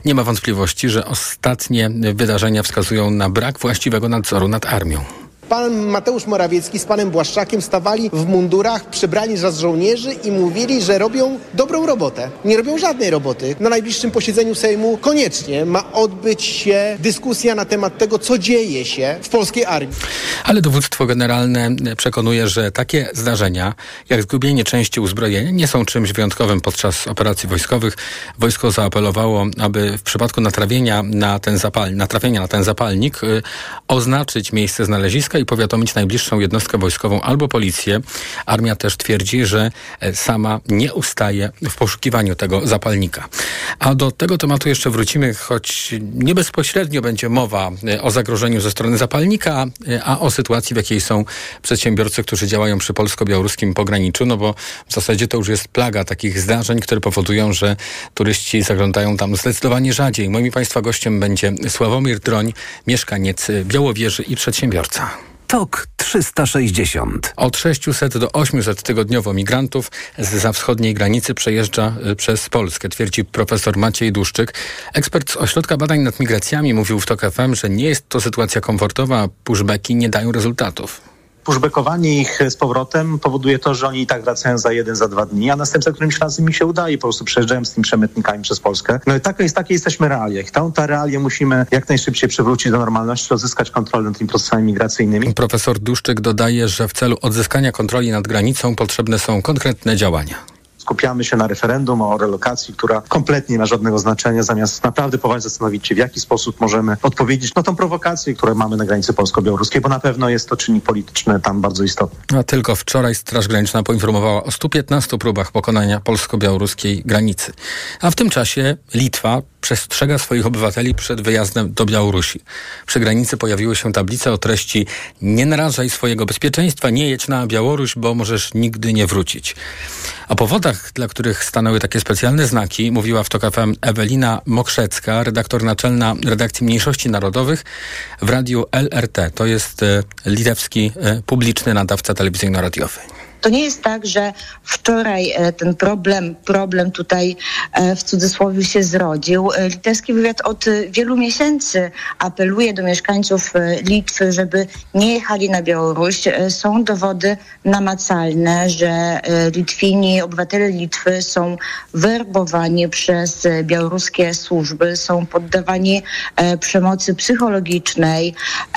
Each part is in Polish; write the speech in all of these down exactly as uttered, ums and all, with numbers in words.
Nie ma wątpliwości, że ostatnie wydarzenia wskazują na brak właściwego nadzoru nad armią. Pan Mateusz Morawiecki z panem Błaszczakiem stawali w mundurach, przebrani za żołnierzy i mówili, że robią dobrą robotę. Nie robią żadnej roboty. Na najbliższym posiedzeniu Sejmu koniecznie ma odbyć się dyskusja na temat tego, co dzieje się w polskiej armii. Ale dowództwo generalne przekonuje, że takie zdarzenia, jak zgubienie części uzbrojenia, nie są czymś wyjątkowym podczas operacji wojskowych. Wojsko zaapelowało, aby w przypadku natrafienia na ten, zapal- natrafienia na ten zapalnik y, oznaczyć miejsce znaleziska i powiadomić najbliższą jednostkę wojskową albo policję. Armia też twierdzi, że sama nie ustaje w poszukiwaniu tego zapalnika. A do tego tematu jeszcze wrócimy, choć nie bezpośrednio będzie mowa o zagrożeniu ze strony zapalnika, a o sytuacji, w jakiej są przedsiębiorcy, którzy działają przy polsko-białoruskim pograniczu, no bo w zasadzie to już jest plaga takich zdarzeń, które powodują, że turyści zaglądają tam zdecydowanie rzadziej. Moim Państwa gościem będzie Sławomir Droń, mieszkaniec Białowieży i przedsiębiorca. Tok trzysta sześćdziesiąt. Od sześciuset do ośmiuset tygodniowo migrantów zza wschodniej granicy przejeżdża przez Polskę, twierdzi profesor Maciej Duszczyk. Ekspert z Ośrodka Badań nad Migracjami mówił w Tok F M, że nie jest to sytuacja komfortowa, a pushbacki nie dają rezultatów. Pushbackowanie ich z powrotem powoduje to, że oni i tak wracają za jeden, za dwa dni, a następnie którymś razem mi się udaje, po prostu przejeżdżają z tymi przemytnikami przez Polskę. No i takie, jest, takie jesteśmy realia. Tą ta realię musimy jak najszybciej przywrócić do normalności, odzyskać kontrolę nad tymi procesami migracyjnymi. Profesor Duszczyk dodaje, że w celu odzyskania kontroli nad granicą potrzebne są konkretne działania. Skupiamy się na referendum o relokacji, która kompletnie nie ma żadnego znaczenia, zamiast naprawdę poważnie zastanowić się, w jaki sposób możemy odpowiedzieć na tą prowokację, którą mamy na granicy polsko-białoruskiej, bo na pewno jest to czynnik polityczny tam bardzo istotny. A tylko wczoraj Straż Graniczna poinformowała o stu piętnastu próbach pokonania polsko-białoruskiej granicy. A w tym czasie Litwa przestrzega swoich obywateli przed wyjazdem do Białorusi. Przy granicy pojawiły się tablice o treści: nie narażaj swojego bezpieczeństwa, nie jedź na Białoruś, bo możesz nigdy nie wrócić. O powodach, dla których stanęły takie specjalne znaki, mówiła w Tok F M Ewelina Mokrzecka, redaktor naczelna redakcji Mniejszości Narodowych w radiu L R T. To jest e, litewski e, publiczny nadawca telewizyjno-radiowy. To nie jest tak, że wczoraj ten problem, problem tutaj w cudzysłowie się zrodził. Litewski wywiad od wielu miesięcy apeluje do mieszkańców Litwy, żeby nie jechali na Białoruś. Są dowody namacalne, że Litwini, obywatele Litwy są werbowani przez białoruskie służby, są poddawani przemocy psychologicznej,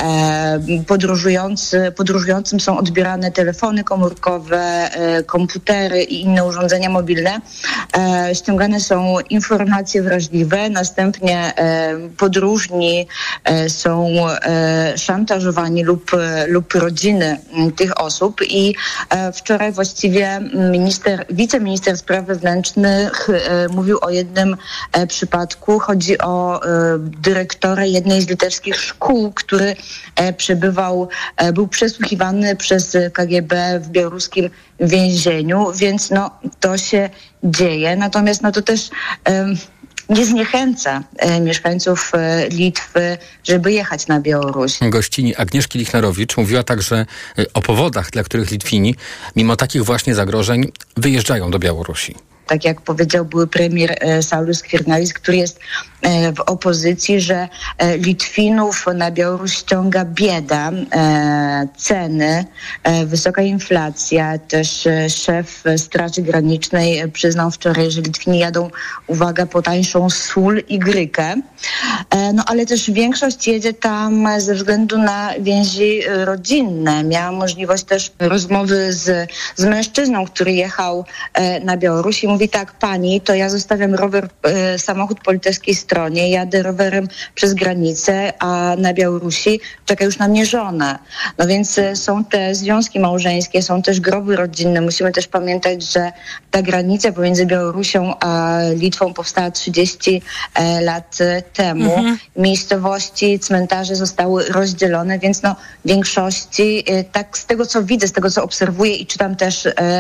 podróżujący, podróżującym są odbierane telefony komórkowe, komputery i inne urządzenia mobilne. E, ściągane są informacje wrażliwe, następnie e, podróżni e, są e, szantażowani lub, lub rodziny m, tych osób i e, wczoraj właściwie minister, wiceminister spraw wewnętrznych e, mówił o jednym e, przypadku. Chodzi o e, dyrektora jednej z litewskich szkół, który e, przebywał, e, był przesłuchiwany przez K G B w białoruskim więzieniu, więc no to się dzieje. Natomiast no to też um, nie zniechęca e, mieszkańców e, Litwy, żeby jechać na Białoruś. Gościni Agnieszki Lichnerowicz mówiła także e, o powodach, dla których Litwini, mimo takich właśnie zagrożeń, wyjeżdżają do Białorusi. Tak jak powiedział były premier e, Saulius Skvernellis, który jest e, w opozycji, że e, Litwinów na Białoruś ściąga bieda, e, ceny, e, wysoka inflacja. Też e, szef Straży Granicznej e, przyznał wczoraj, że Litwini jadą, uwaga, po tańszą sól i grykę. E, no ale też większość jedzie tam ze względu na więzi rodzinne. Miałam możliwość też rozmowy z, z mężczyzną, który jechał e, na Białoruś i mówi tak: pani, to ja zostawiam rower, e, samochód po litewskiej stronie, jadę rowerem przez granicę, a na Białorusi czeka już na mnie żona. No więc e, są te związki małżeńskie, są też groby rodzinne. Musimy też pamiętać, że ta granica pomiędzy Białorusią a Litwą powstała trzydzieści e, lat temu. Mhm. Miejscowości, cmentarze zostały rozdzielone, więc no w większości, e, tak z tego co widzę, z tego co obserwuję i czytam też e,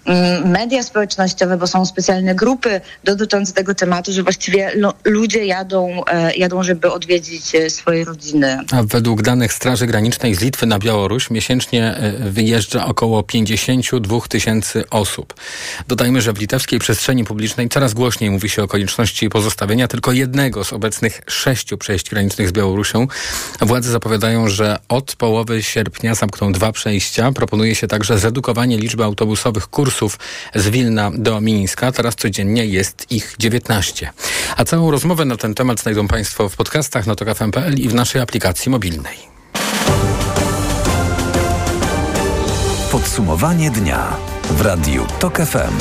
media społecznościowe, bo są specjalne grupy dotyczące tego tematu, że właściwie lo, ludzie jadą, e, jadą, żeby odwiedzić e, swoje rodziny. A według danych Straży Granicznej z Litwy na Białoruś miesięcznie e, wyjeżdża około pięćdziesiąt dwa tysięcy osób. Dodajmy, że w litewskiej przestrzeni publicznej coraz głośniej mówi się o konieczności pozostawienia tylko jednego z obecnych sześciu przejść granicznych z Białorusią. Władze zapowiadają, że od połowy sierpnia zamkną dwa przejścia. Proponuje się także zredukowanie liczby autobusowych kursów z Wilna do Mińska. Teraz codziennie jest ich dziewiętnaście. A całą rozmowę na ten temat znajdą Państwo w podcastach na tok f m kropka p l i w naszej aplikacji mobilnej. Podsumowanie dnia w Radiu Tok F M.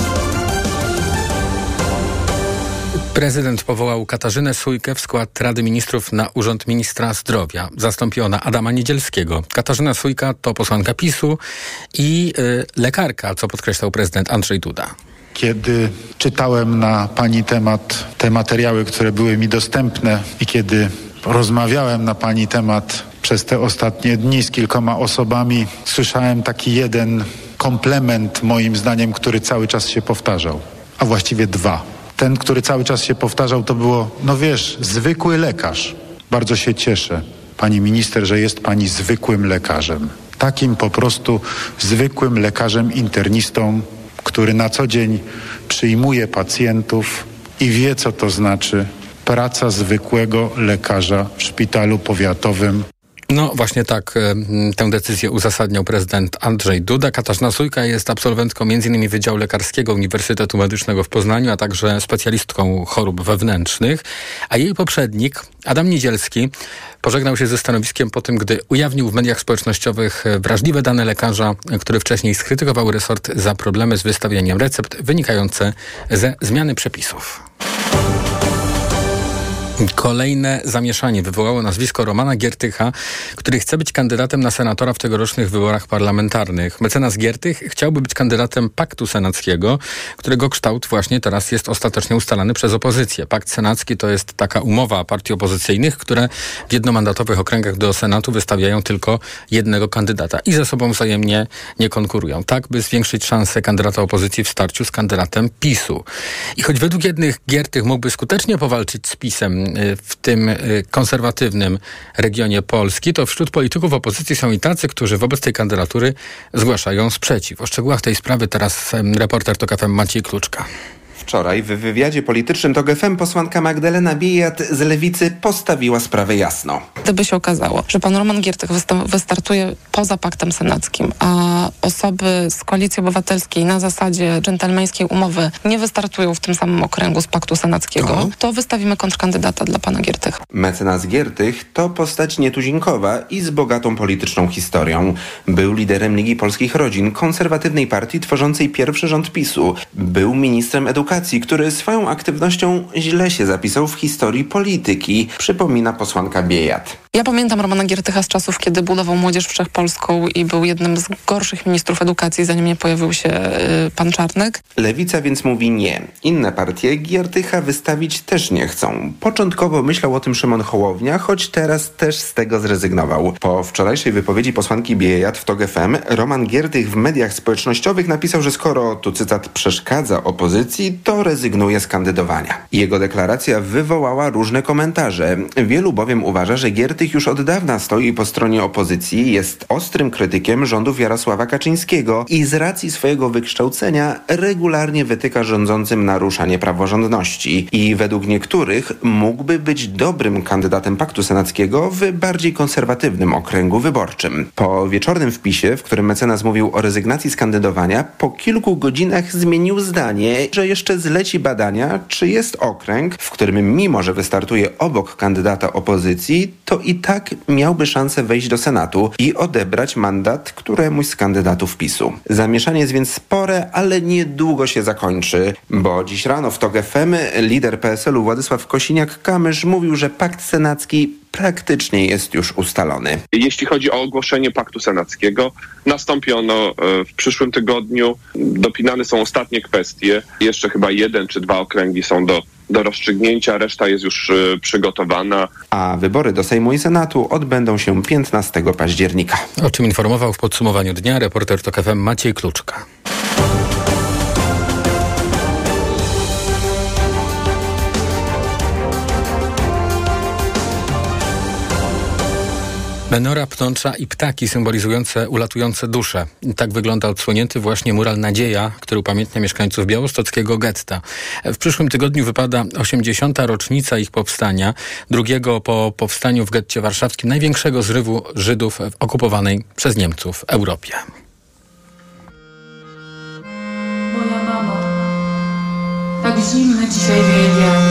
Prezydent powołał Katarzynę Sójkę w skład Rady Ministrów na urząd ministra zdrowia. Zastąpi ona Adama Niedzielskiego. Katarzyna Sójka to posłanka PiSu i y, lekarka, co podkreślał prezydent Andrzej Duda. Kiedy czytałem na pani temat te materiały, które były mi dostępne i kiedy rozmawiałem na pani temat przez te ostatnie dni z kilkoma osobami, słyszałem taki jeden komplement, moim zdaniem, który cały czas się powtarzał, a właściwie dwa. Ten, który cały czas się powtarzał, to było, no wiesz, zwykły lekarz. Bardzo się cieszę, pani minister, że jest pani zwykłym lekarzem. Takim po prostu zwykłym lekarzem internistą, który na co dzień przyjmuje pacjentów i wie, co to znaczy praca zwykłego lekarza w szpitalu powiatowym. No właśnie tak tę decyzję uzasadniał prezydent Andrzej Duda. Katarzyna Sójka jest absolwentką między innymi Wydziału Lekarskiego Uniwersytetu Medycznego w Poznaniu, a także specjalistką chorób wewnętrznych. A jej poprzednik, Adam Niedzielski, pożegnał się ze stanowiskiem po tym, gdy ujawnił w mediach społecznościowych wrażliwe dane lekarza, który wcześniej skrytykował resort za problemy z wystawianiem recept wynikające ze zmiany przepisów. Kolejne zamieszanie wywołało nazwisko Romana Giertycha, który chce być kandydatem na senatora w tegorocznych wyborach parlamentarnych. Mecenas Giertych chciałby być kandydatem Paktu Senackiego, którego kształt właśnie teraz jest ostatecznie ustalany przez opozycję. Pakt Senacki to jest taka umowa partii opozycyjnych, które w jednomandatowych okręgach do Senatu wystawiają tylko jednego kandydata i ze sobą wzajemnie nie konkurują. Tak, by zwiększyć szanse kandydata opozycji w starciu z kandydatem PiSu. I choć według jednych Giertych mógłby skutecznie powalczyć z PiSem w tym konserwatywnym regionie Polski, to wśród polityków opozycji są i tacy, którzy wobec tej kandydatury zgłaszają sprzeciw. O szczegółach tej sprawy teraz reporter Tok F M Maciej Kluczka. Wczoraj w wywiadzie politycznym Tok F M posłanka Magdalena Biejat z Lewicy postawiła sprawę jasno. Gdyby się okazało, że pan Roman Giertych wystartuje poza Paktem Senackim, a osoby z Koalicji Obywatelskiej na zasadzie dżentelmeńskiej umowy nie wystartują w tym samym okręgu z Paktu Senackiego, to, to wystawimy kontrkandydata dla pana Giertycha. Mecenas Giertych to postać nietuzinkowa i z bogatą polityczną historią. Był liderem Ligi Polskich Rodzin, konserwatywnej partii tworzącej pierwszy rząd PiSu. Był ministrem edukacji, który swoją aktywnością źle się zapisał w historii polityki, przypomina posłanka Biejat. Ja pamiętam Romana Giertycha z czasów, kiedy budował Młodzież Wszechpolską i był jednym z gorszych ministrów edukacji, zanim nie pojawił się y, pan Czarnek. Lewica więc mówi nie. Inne partie Giertycha wystawić też nie chcą. Początkowo myślał o tym Szymon Hołownia, choć teraz też z tego zrezygnował. Po wczorajszej wypowiedzi posłanki Biejat w Tok F M Roman Giertych w mediach społecznościowych napisał, że skoro, tu cytat, przeszkadza opozycji, to rezygnuje z kandydowania. Jego deklaracja wywołała różne komentarze. Wielu bowiem uważa, że Giertych już od dawna stoi po stronie opozycji, jest ostrym krytykiem rządów Jarosława Kaczyńskiego i z racji swojego wykształcenia regularnie wytyka rządzącym naruszanie praworządności. I według niektórych mógłby być dobrym kandydatem Paktu Senackiego w bardziej konserwatywnym okręgu wyborczym. Po wieczornym wpisie, w którym mecenas mówił o rezygnacji z kandydowania, po kilku godzinach zmienił zdanie, że jeszcze zleci badania, czy jest okręg, w którym mimo, że wystartuje obok kandydata opozycji, to i tak miałby szansę wejść do Senatu i odebrać mandat któremuś z kandydatów PiSu. Zamieszanie jest więc spore, ale niedługo się zakończy, bo dziś rano w Tok F M lider P S L u Władysław Kosiniak-Kamysz mówił, że pakt senacki praktycznie jest już ustalony. Jeśli chodzi o ogłoszenie Paktu Senackiego, nastąpi ono w przyszłym tygodniu. Dopinane są ostatnie kwestie. Jeszcze chyba jeden czy dwa okręgi są do, do rozstrzygnięcia, reszta jest już y, przygotowana. A wybory do Sejmu i Senatu odbędą się piętnastego października. O czym informował w podsumowaniu dnia reporter Tok F M Maciej Kluczka. Menora, pnącza i ptaki symbolizujące ulatujące dusze. Tak wygląda odsłonięty właśnie mural Nadzieja, który upamiętnia mieszkańców białostockiego getta. W przyszłym tygodniu wypada osiemdziesiąta rocznica ich powstania, drugiego po powstaniu w getcie warszawskim, największego zrywu Żydów w okupowanej przez Niemców Europie. Moja mamo, tak zimny dzisiaj wieje wiatr.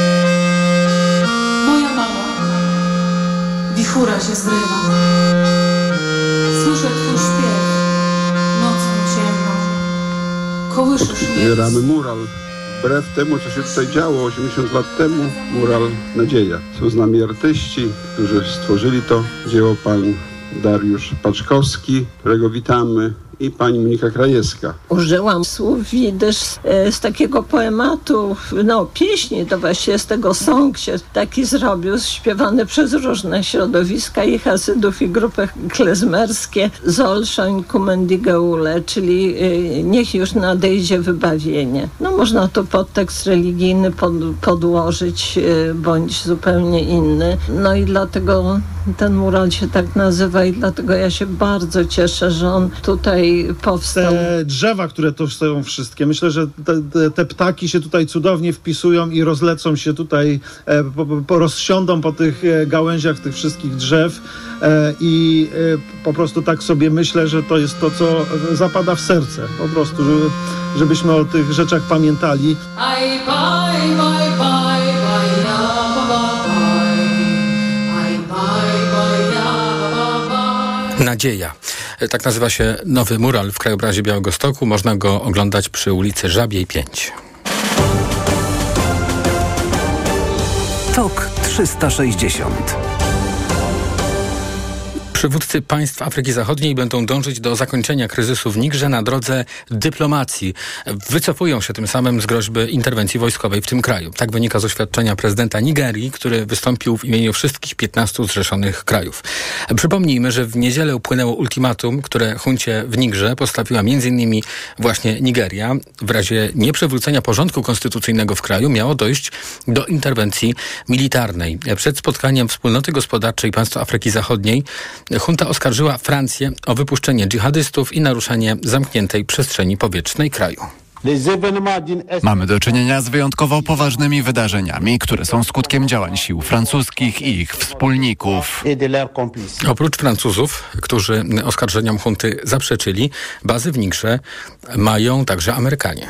Moja mamo, wichura się zrywa. Słyszę twój śpiew nocą ciemną. Kołyszysz mnie. Zbieramy mural. Wbrew temu, co się tutaj działo osiemdziesiąt lat temu, mural Nadzieja. Są z nami artyści, którzy stworzyli to dzieło. Pan Dariusz Paczkowski, którego witamy, i pani Monika Krajewska. Użyłam słów widysz z, z takiego poematu, no pieśni, to właściwie z tego song się taki zrobił, śpiewany przez różne środowiska i hasydów, i grupy klezmerskie. Zolszoń kumendigeule, czyli y, niech już nadejdzie wybawienie. No można tu podtekst religijny pod, podłożyć, y, bądź zupełnie inny. No i dlatego ten mural się tak nazywa i dlatego ja się bardzo cieszę, że on tutaj powstał. Te drzewa, które tu stoją wszystkie, myślę, że te, te, te ptaki się tutaj cudownie wpisują i rozlecą się tutaj, e, po, po, rozsiądą po tych e, gałęziach tych wszystkich drzew e, i e, po prostu tak sobie myślę, że to jest to, co zapada w serce. Po prostu, żeby, żebyśmy o tych rzeczach pamiętali. Aj, baj, baj, baj, baj, ja, ba, ba, baj. Aj, baj, baj, ja, ba, ba, baj. Nadzieja. Tak nazywa się nowy mural w krajobrazie Białegostoku. Można go oglądać przy ulicy Żabiej pięć. Tok trzysta sześćdziesiąt. Przywódcy państw Afryki Zachodniej będą dążyć do zakończenia kryzysu w Nigrze na drodze dyplomacji. Wycofują się tym samym z groźby interwencji wojskowej w tym kraju. Tak wynika z oświadczenia prezydenta Nigerii, który wystąpił w imieniu wszystkich piętnastu zrzeszonych krajów. Przypomnijmy, że w niedzielę upłynęło ultimatum, które juncie w Nigrze postawiła między innymi właśnie Nigeria. W razie nieprzywrócenia porządku konstytucyjnego w kraju miało dojść do interwencji militarnej. Przed spotkaniem Wspólnoty Gospodarczej Państw Afryki Zachodniej junta oskarżyła Francję o wypuszczenie dżihadystów i naruszenie zamkniętej przestrzeni powietrznej kraju. Mamy do czynienia z wyjątkowo poważnymi wydarzeniami, które są skutkiem działań sił francuskich i ich wspólników. Oprócz Francuzów, którzy oskarżeniom junty zaprzeczyli, bazy w Nigrze mają także Amerykanie.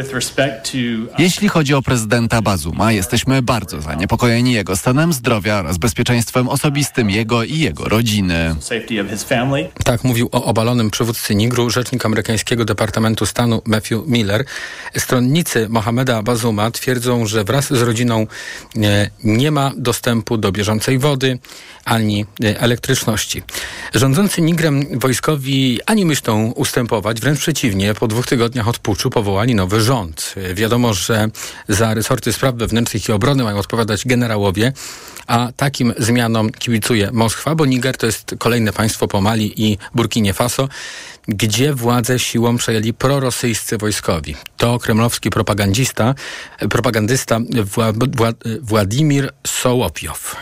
Jeśli chodzi o prezydenta Bazuma, jesteśmy bardzo zaniepokojeni jego stanem zdrowia oraz bezpieczeństwem osobistym jego i jego rodziny. Tak mówił o obalonym przywódcy Nigru rzecznik amerykańskiego Departamentu Stanu Matthew Miller. Stronnicy Mohameda Bazuma twierdzą, że wraz z rodziną nie, nie ma dostępu do bieżącej wody ani elektryczności. Rządzący Nigrem wojskowi ani myślą ustępować, wręcz przeciwnie, po dwóch tygodniach od puczu powołali nowy rząd. Wiadomo, że za resorty spraw wewnętrznych i obrony mają odpowiadać generałowie, a takim zmianom kibicuje Moskwa, bo Niger to jest kolejne państwo po Mali i Burkinie Faso, gdzie władzę siłą przejęli prorosyjscy wojskowi. To kremlowski propagandista, propagandysta Wła, Wła, Władimir Sołopiow.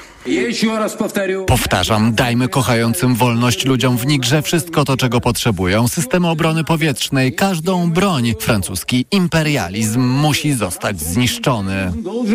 Powtarzam, dajmy kochającym wolność ludziom w Nigrze wszystko to, czego potrzebują. Systemy obrony powietrznej, każdą broń. Francuski imperializm musi zostać zniszczony.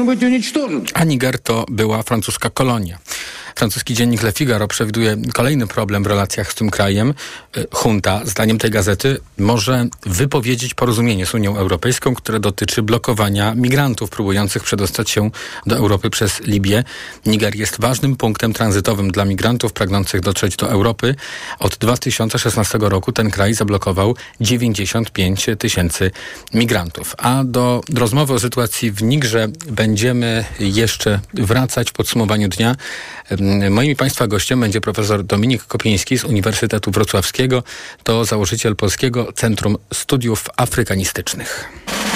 A Niger to była francuska kolonia. Francuski dziennik Le Figaro przewiduje kolejny problem w relacjach z tym krajem. Junta, zdaniem tej gazety, może wypowiedzieć porozumienie z Unią Europejską, które dotyczy blokowania migrantów próbujących przedostać się do Europy przez Libię. Niger jest ważnym punktem tranzytowym dla migrantów pragnących dotrzeć do Europy. Od dwa tysiące szesnastego roku ten kraj zablokował dziewięćdziesiąt pięć tysięcy migrantów. A do rozmowy o sytuacji w Nigrze będziemy jeszcze wracać w podsumowaniu dnia. Moim i Państwa gościem będzie profesor Dominik Kopiński z Uniwersytetu Wrocławskiego. To założyciel Polskiego Centrum Studiów Afrykanistycznych.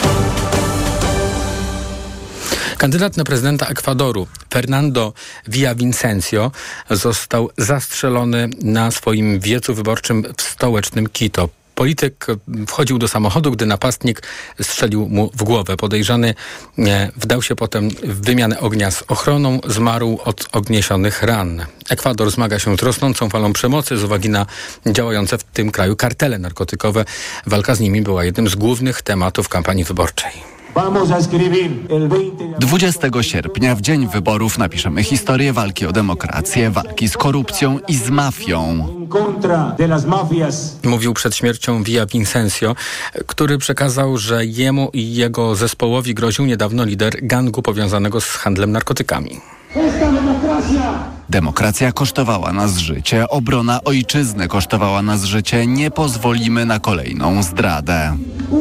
Kandydat na prezydenta Ekwadoru Fernando Villavicencio został zastrzelony na swoim wiecu wyborczym w stołecznym Quito. Polityk wchodził do samochodu, gdy napastnik strzelił mu w głowę. Podejrzany wdał się potem w wymianę ognia z ochroną, zmarł od odniesionych ran. Ekwador zmaga się z rosnącą falą przemocy z uwagi na działające w tym kraju kartele narkotykowe. Walka z nimi była jednym z głównych tematów kampanii wyborczej. dwudziestego sierpnia, w dzień wyborów, napiszemy historię walki o demokrację, walki z korupcją i z mafią. Mówił przed śmiercią Villavicencio, który przekazał, że jemu i jego zespołowi groził niedawno lider gangu powiązanego z handlem narkotykami. Demokracja kosztowała nas życie, obrona ojczyzny kosztowała nas życie. Nie pozwolimy na kolejną zdradę.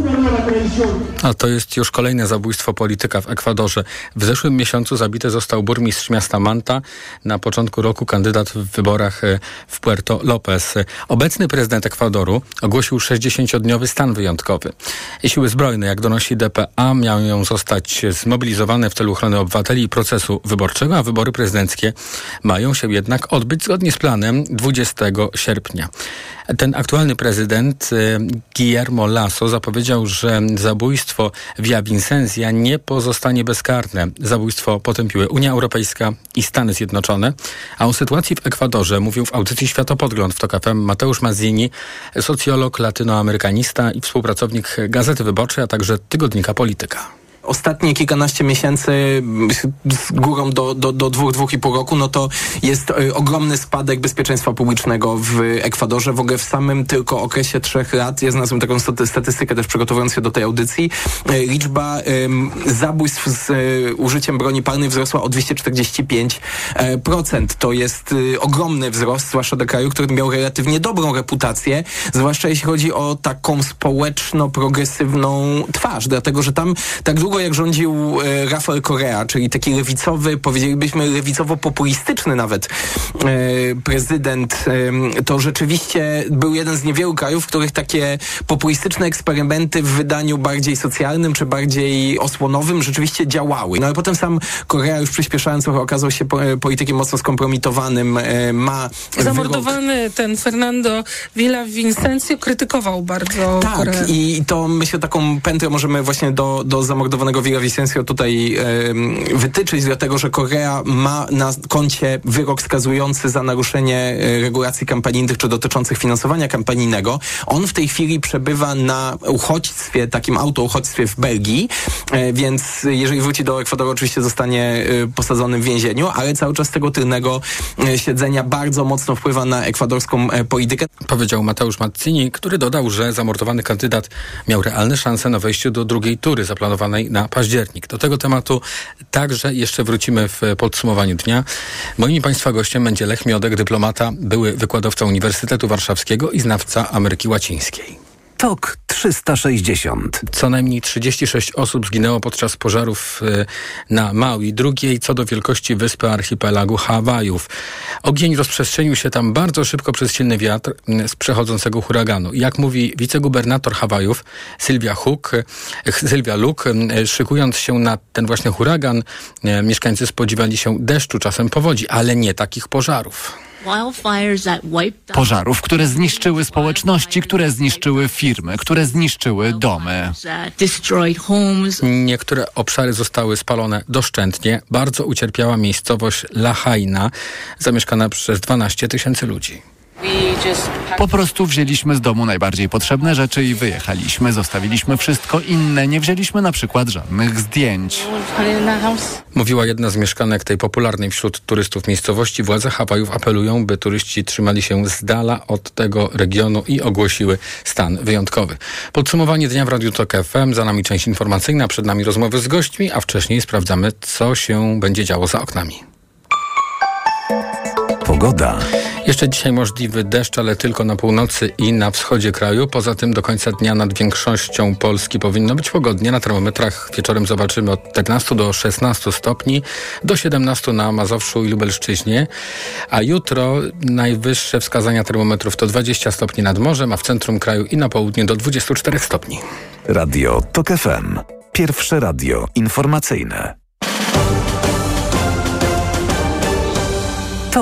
A to jest już kolejne zabójstwo polityka w Ekwadorze. W zeszłym miesiącu zabity został burmistrz miasta Manta. Na początku roku kandydat w wyborach w Puerto López. Obecny prezydent Ekwadoru ogłosił sześćdziesięciodniowy stan wyjątkowy. Siły zbrojne, jak donosi D P A, miały zostać zmobilizowane w celu ochrony obywateli i procesu wyborczego, a wybory prezydenckie mają się jednak odbyć zgodnie z planem dwudziestego sierpnia. Ten aktualny prezydent Guillermo Lasso zapowiedział, że zabójstwo Villavicencia nie pozostanie bezkarne. Zabójstwo potępiły Unia Europejska i Stany Zjednoczone. A o sytuacji w Ekwadorze mówił w audycji Światopogląd w Tok F M Mateusz Mazzini, socjolog, latynoamerykanista i współpracownik Gazety Wyborczej, a także tygodnika Polityka. Ostatnie kilkanaście miesięcy z górą do, do, do dwóch, dwóch i pół roku, no to jest y, ogromny spadek bezpieczeństwa publicznego w Ekwadorze. W ogóle w samym tylko okresie trzech lat, ja znalazłem taką statystykę też przygotowując się do tej audycji, y, liczba y, zabójstw z y, użyciem broni palnej wzrosła o dwieście czterdzieści pięć procent. To jest y, ogromny wzrost, zwłaszcza do kraju, który miał relatywnie dobrą reputację, zwłaszcza jeśli chodzi o taką społeczno-progresywną twarz, dlatego że tam tak długo jak rządził e, Rafael Correa, czyli taki lewicowy, powiedzielibyśmy lewicowo-populistyczny nawet e, prezydent, e, to rzeczywiście był jeden z niewielu krajów, w których takie populistyczne eksperymenty w wydaniu bardziej socjalnym czy bardziej osłonowym rzeczywiście działały. No ale potem sam Correa, już przyspieszając trochę, okazał się po, e, politykiem mocno skompromitowanym. E, ma Zamordowany wyrok... ten Fernando Villavicencio krytykował bardzo Tak, Koreę. I to myślę taką pętlę możemy właśnie do, do zamordowanego Villavicencio tutaj e, wytyczyć, dlatego że Korea ma na koncie wyrok skazujący za naruszenie e, regulacji kampanijnych czy dotyczących finansowania kampanijnego. On w tej chwili przebywa na uchodźstwie, takim autouchodźstwie w Belgii, e, więc jeżeli wróci do Ekwadoru, oczywiście zostanie e, posadzony w więzieniu, ale cały czas z tego tylnego e, siedzenia bardzo mocno wpływa na ekwadorską e, politykę. Powiedział Mateusz Mazzini, który dodał, że zamordowany kandydat miał realne szanse na wejście do drugiej tury zaplanowanej na październik. Do tego tematu także jeszcze wrócimy w podsumowaniu dnia. Moim Państwa gościem będzie Lech Miodek, dyplomata, były wykładowca Uniwersytetu Warszawskiego i znawca Ameryki Łacińskiej. Tok trzysta sześćdziesiąt. Co najmniej trzydzieści sześć osób zginęło podczas pożarów na Maui, drugiej co do wielkości wyspy archipelagu Hawajów. Ogień rozprzestrzenił się tam bardzo szybko przez silny wiatr z przechodzącego huraganu. Jak mówi wicegubernator Hawajów Sylwia Hook, Sylwia Luke, szykując się na ten właśnie huragan, mieszkańcy spodziewali się deszczu, czasem powodzi, ale nie takich pożarów. Pożarów, które zniszczyły społeczności, które zniszczyły firmy, które zniszczyły domy. Niektóre obszary zostały spalone doszczętnie. Bardzo ucierpiała miejscowość Lahaina, zamieszkana przez dwanaście tysięcy ludzi. Po prostu wzięliśmy z domu najbardziej potrzebne rzeczy i wyjechaliśmy. Zostawiliśmy wszystko inne. Nie wzięliśmy na przykład żadnych zdjęć. Mówiła jedna z mieszkanek tej popularnej wśród turystów miejscowości. Władze Hawajów apelują, by turyści trzymali się z dala od tego regionu i ogłosiły stan wyjątkowy. Podsumowanie dnia w Radiu Tok F M. Za nami część informacyjna, przed nami rozmowy z gośćmi, a wcześniej sprawdzamy, co się będzie działo za oknami. Pogoda. Jeszcze dzisiaj możliwy deszcz, ale tylko na północy i na wschodzie kraju. Poza tym do końca dnia nad większością Polski powinno być pogodnie. Na termometrach wieczorem zobaczymy od czternastu do szesnastu stopni, do siedemnastu na Mazowszu i Lubelszczyźnie. A jutro najwyższe wskazania termometrów to dwadzieścia stopni nad morzem, a w centrum kraju i na południu do dwudziestu czterech stopni. Radio Tok F M. Pierwsze radio informacyjne. Tok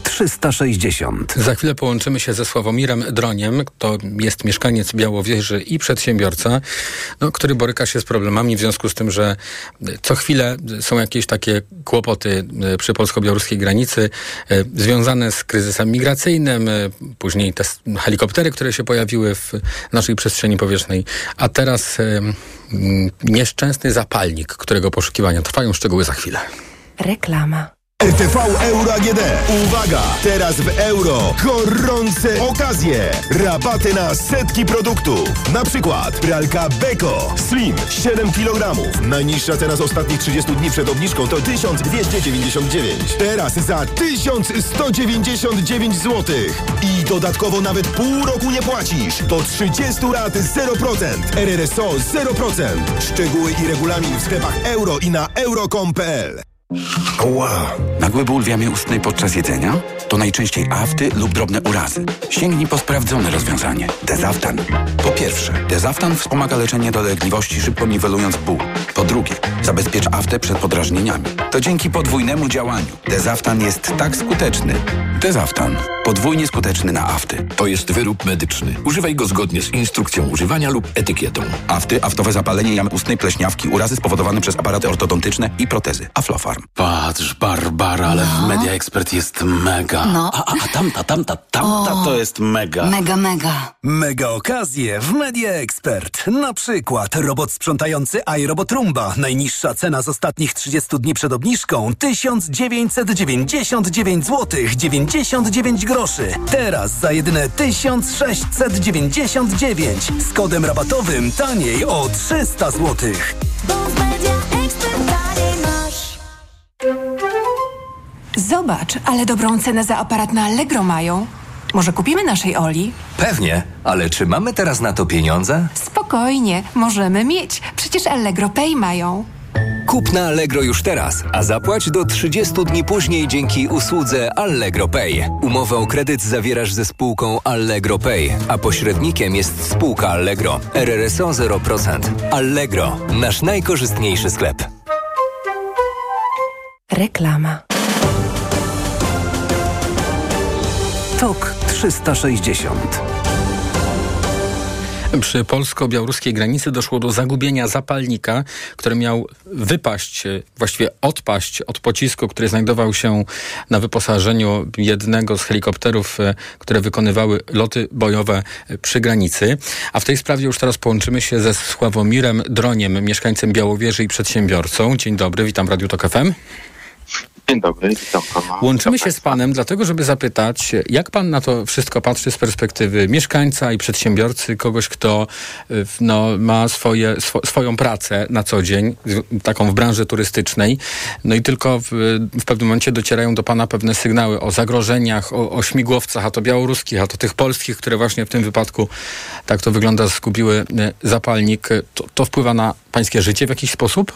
trzysta sześćdziesiąt. Za chwilę połączymy się ze Sławomirem Droniem. To jest mieszkaniec Białowieży i przedsiębiorca, no, który boryka się z problemami w związku z tym, że co chwilę są jakieś takie kłopoty przy polsko-białoruskiej granicy e, związane z kryzysem migracyjnym, e, później te helikoptery, które się pojawiły w naszej przestrzeni powietrznej, a teraz e, m, nieszczęsny zapalnik, którego poszukiwania trwają. Szczegóły za chwilę. Reklama. R T V Euro A G D. Uwaga! Teraz w euro gorące okazje. Rabaty na setki produktów. Na przykład pralka Beko Slim siedem kilogramów. Najniższa cena z ostatnich trzydziestu dni przed obniżką to tysiąc dwieście dziewięćdziesiąt dziewięć. Teraz za tysiąc sto dziewięćdziesiąt dziewięć złotych. I dodatkowo nawet pół roku nie płacisz. Do trzydziestu lat zero procent. R R S O zero procent. Szczegóły i regulamin w sklepach euro i na euro kropka com kropka p l. Ła! Nagły ból w jamie ustnej podczas jedzenia? To najczęściej afty lub drobne urazy. Sięgnij po sprawdzone rozwiązanie. Dezaftan. Po pierwsze, Dezaftan wspomaga leczenie dolegliwości, szybko niwelując ból. Po drugie, zabezpiecz aftę przed podrażnieniami. To dzięki podwójnemu działaniu. Dezaftan jest tak skuteczny. Dezaftan. Podwójnie skuteczny na afty. To jest wyrób medyczny. Używaj go zgodnie z instrukcją używania lub etykietą. Afty, aftowe zapalenie jamy ustnej, pleśniawki, urazy spowodowane przez aparaty ortodontyczne i protezy. Aflofarm. Patrz, Barbara, ale no. w Media Expert jest mega. No. A, a, a tamta, tamta, tamta o, to jest mega. Mega, mega. Mega okazje w Media Expert. Na przykład robot sprzątający iRobot Roomba. Najniższa cena z ostatnich trzydziestu dni przed obniżką tysiąc dziewięćset dziewięćdziesiąt dziewięć złotych dziewięćdziesiąt dziewięć groszy. Teraz za jedyne tysiąc sześćset dziewięćdziesiąt dziewięć. Z kodem rabatowym taniej o trzysta złotych. Zobacz, ale dobrą cenę za aparat na Allegro mają. Może kupimy naszej Oli? Pewnie, ale czy mamy teraz na to pieniądze? Spokojnie, możemy mieć. Przecież Allegro Pay mają. Kup na Allegro już teraz, a zapłać do trzydziestu dni później dzięki usłudze Allegro Pay. Umowę o kredyt zawierasz ze spółką Allegro Pay, a pośrednikiem jest spółka Allegro. R R S O zero procent. Allegro, nasz najkorzystniejszy sklep. Reklama. Tok trzysta sześćdziesiąt. Przy polsko-białoruskiej granicy doszło do zagubienia zapalnika, który miał wypaść, właściwie odpaść od pocisku, który znajdował się na wyposażeniu jednego z helikopterów, które wykonywały loty bojowe przy granicy. A w tej sprawie już teraz połączymy się ze Sławomirem Droniem, mieszkańcem Białowieży i przedsiębiorcą. Dzień dobry, witam w Radiu Tok F M. Dzień dobry, witam pana. Łączymy się z panem dlatego, żeby zapytać, jak pan na to wszystko patrzy z perspektywy mieszkańca i przedsiębiorcy, kogoś, kto no, ma swoje, swo, swoją pracę na co dzień, taką w branży turystycznej, no i tylko w, w pewnym momencie docierają do pana pewne sygnały o zagrożeniach, o, o śmigłowcach, a to białoruskich, a to tych polskich, które właśnie w tym wypadku, tak to wygląda, zgubiły zapalnik. To, to wpływa na pańskie życie w jakiś sposób?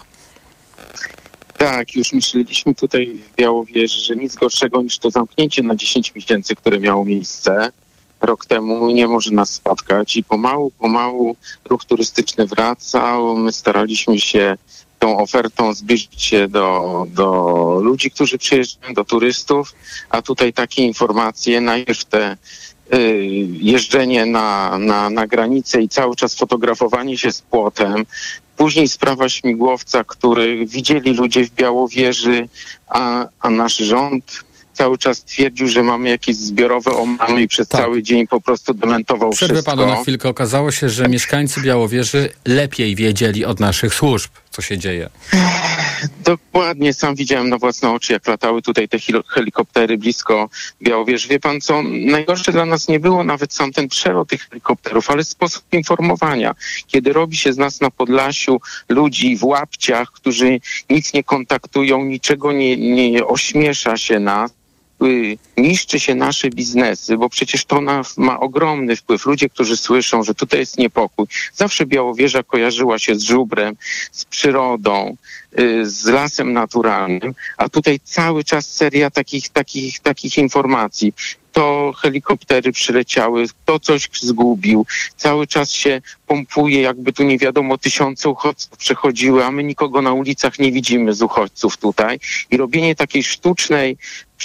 Tak, już myśleliśmy tutaj w Białowieży, że nic gorszego niż to zamknięcie na dziesięć miesięcy, które miało miejsce rok temu, nie może nas spotkać i pomału, pomału ruch turystyczny wracał. My staraliśmy się tą ofertą zbliżyć się do, do ludzi, którzy przyjeżdżają, do turystów, a tutaj takie informacje, najpierw te jeżdżenie na, na, na granicę i cały czas fotografowanie się z płotem. Później sprawa śmigłowca, który widzieli ludzie w Białowieży, a, a nasz rząd cały czas twierdził, że mamy jakieś zbiorowe omamy i przez tak. cały dzień po prostu dementował Przerwę wszystko. panu na chwilkę. Okazało się, że mieszkańcy Białowieży lepiej wiedzieli od naszych służb, co się dzieje. Dokładnie. Sam widziałem na własne oczy, jak latały tutaj te helikoptery blisko Białowieży. Wie pan co? Najgorsze dla nas nie było nawet sam ten przelot tych helikopterów, ale sposób informowania. Kiedy robi się z nas na Podlasiu ludzi w łapciach, którzy nic nie kontaktują, niczego nie, nie ośmiesza się nas, niszczy się nasze biznesy, bo przecież to nas ma ogromny wpływ. Ludzie, którzy słyszą, że tutaj jest niepokój. Zawsze Białowieża kojarzyła się z żubrem, z przyrodą, z lasem naturalnym, a tutaj cały czas seria takich, takich, takich informacji. To helikoptery przyleciały, kto coś zgubił, cały czas się pompuje, jakby tu nie wiadomo, tysiące uchodźców przechodziły, a my nikogo na ulicach nie widzimy z uchodźców tutaj. I robienie takiej sztucznej,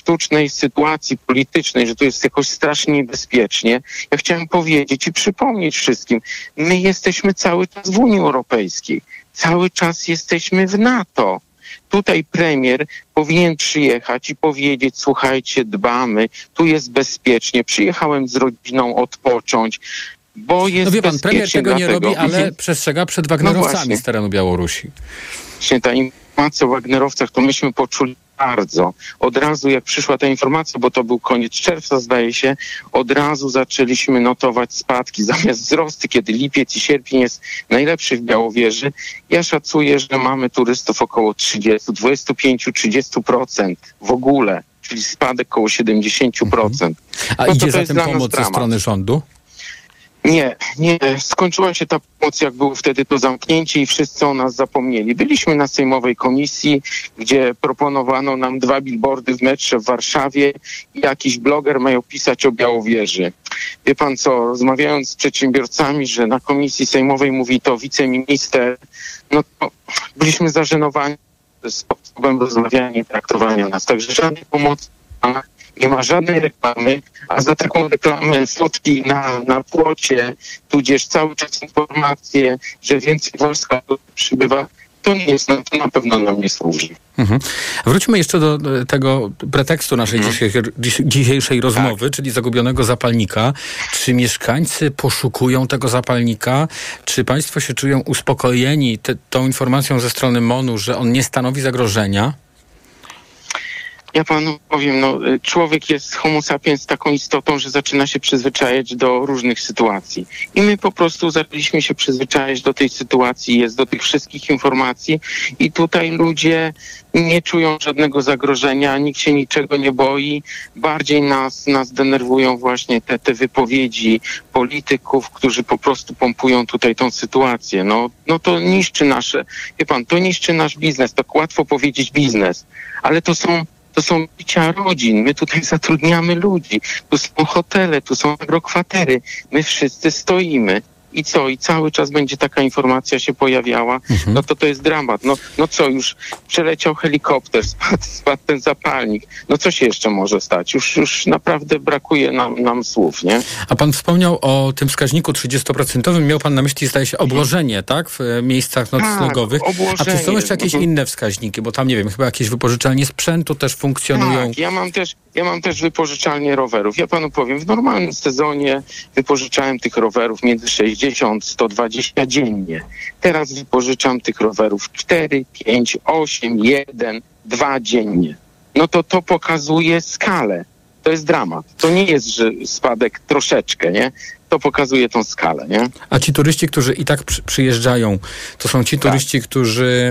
sztucznej sytuacji politycznej, że tu jest jakoś strasznie niebezpiecznie, ja chciałem powiedzieć i przypomnieć wszystkim, my jesteśmy cały czas w Unii Europejskiej, cały czas jesteśmy w NATO. Tutaj premier powinien przyjechać i powiedzieć, słuchajcie, dbamy, tu jest bezpiecznie, przyjechałem z rodziną odpocząć, bo jest No wie pan, bezpiecznie. premier tego dlatego. nie robi, ale Mhm. przestrzega przed No Wagnerowcami właśnie. z terenu Białorusi. Właśnie ta informacja o Wagnerowcach, to myśmy poczuli bardzo. Od razu jak przyszła ta informacja, bo to był koniec czerwca zdaje się, od razu zaczęliśmy notować spadki zamiast wzrosty, kiedy lipiec i sierpień jest najlepszy w Białowieży. Ja szacuję, że mamy turystów około trzydzieści, dwadzieścia pięć do trzydziestu procent w ogóle, czyli spadek około siedemdziesiąt procent. A No to idzie to za jest tym dla nas pomoc ze dramat. strony rządu? Nie, nie. Skończyła się ta pomoc, jak było wtedy to zamknięcie i wszyscy o nas zapomnieli. Byliśmy na sejmowej komisji, gdzie proponowano nam dwa billboardy w metrze w Warszawie i jakiś bloger miał pisać o Białowieży. Wie pan co, rozmawiając z przedsiębiorcami, że na komisji sejmowej mówi to wiceminister, no to byliśmy zażenowani sposobem rozmawiania i traktowania nas. Także żadnej pomocy nie ma żadnej reklamy, a za taką reklamę fotki na, na płocie, tudzież cały czas informacje, że więcej wojska przybywa, to nie jest, to na pewno nam nie służy. Mhm. Wróćmy jeszcze do tego pretekstu naszej Mhm. dzisiejszej, dzisiejszej rozmowy, tak. czyli zagubionego zapalnika. Czy mieszkańcy poszukują tego zapalnika? Czy państwo się czują uspokojeni te, tą informacją ze strony MON-u, że on nie stanowi zagrożenia? Ja panu powiem, no, człowiek jest homo sapiens taką istotą, że zaczyna się przyzwyczajać do różnych sytuacji. I my po prostu zaczęliśmy się przyzwyczajać do tej sytuacji, jest do tych wszystkich informacji i tutaj ludzie nie czują żadnego zagrożenia, nikt się niczego nie boi. Bardziej nas, nas denerwują właśnie te, te wypowiedzi polityków, którzy po prostu pompują tutaj tą sytuację. No, no to niszczy nasze, wie pan, to niszczy nasz biznes. Tak łatwo powiedzieć biznes, ale to są To są życia rodzin. My tutaj zatrudniamy ludzi. Tu są hotele, tu są agrokwatery. My wszyscy stoimy. I co? I cały czas będzie taka informacja się pojawiała. Mhm. No to to jest dramat. No, no co, już przeleciał helikopter, spadł, spadł ten zapalnik. No co się jeszcze może stać? Już, już naprawdę brakuje nam, nam słów, nie? A pan wspomniał o tym wskaźniku trzydziestoprocentowym. Miał pan na myśli, zdaje się, obłożenie, tak? W miejscach noclegowych. Tak, obłożenie. A czy są jeszcze jakieś mhm. inne wskaźniki? Bo tam, nie wiem, chyba jakieś wypożyczalnie sprzętu też funkcjonują. Tak, ja mam też, ja mam też wypożyczalnię rowerów. Ja panu powiem, w normalnym sezonie wypożyczałem tych rowerów między sześćdziesiąt sto dwadzieścia dziennie. Teraz wypożyczam tych rowerów cztery, pięć, osiem, jeden, dwa dziennie. No to to pokazuje skalę. To jest dramat. To nie jest, że spadek troszeczkę, nie? To pokazuje tą skalę, nie? A ci turyści, którzy i tak przy, przyjeżdżają, to są ci turyści, tak. którzy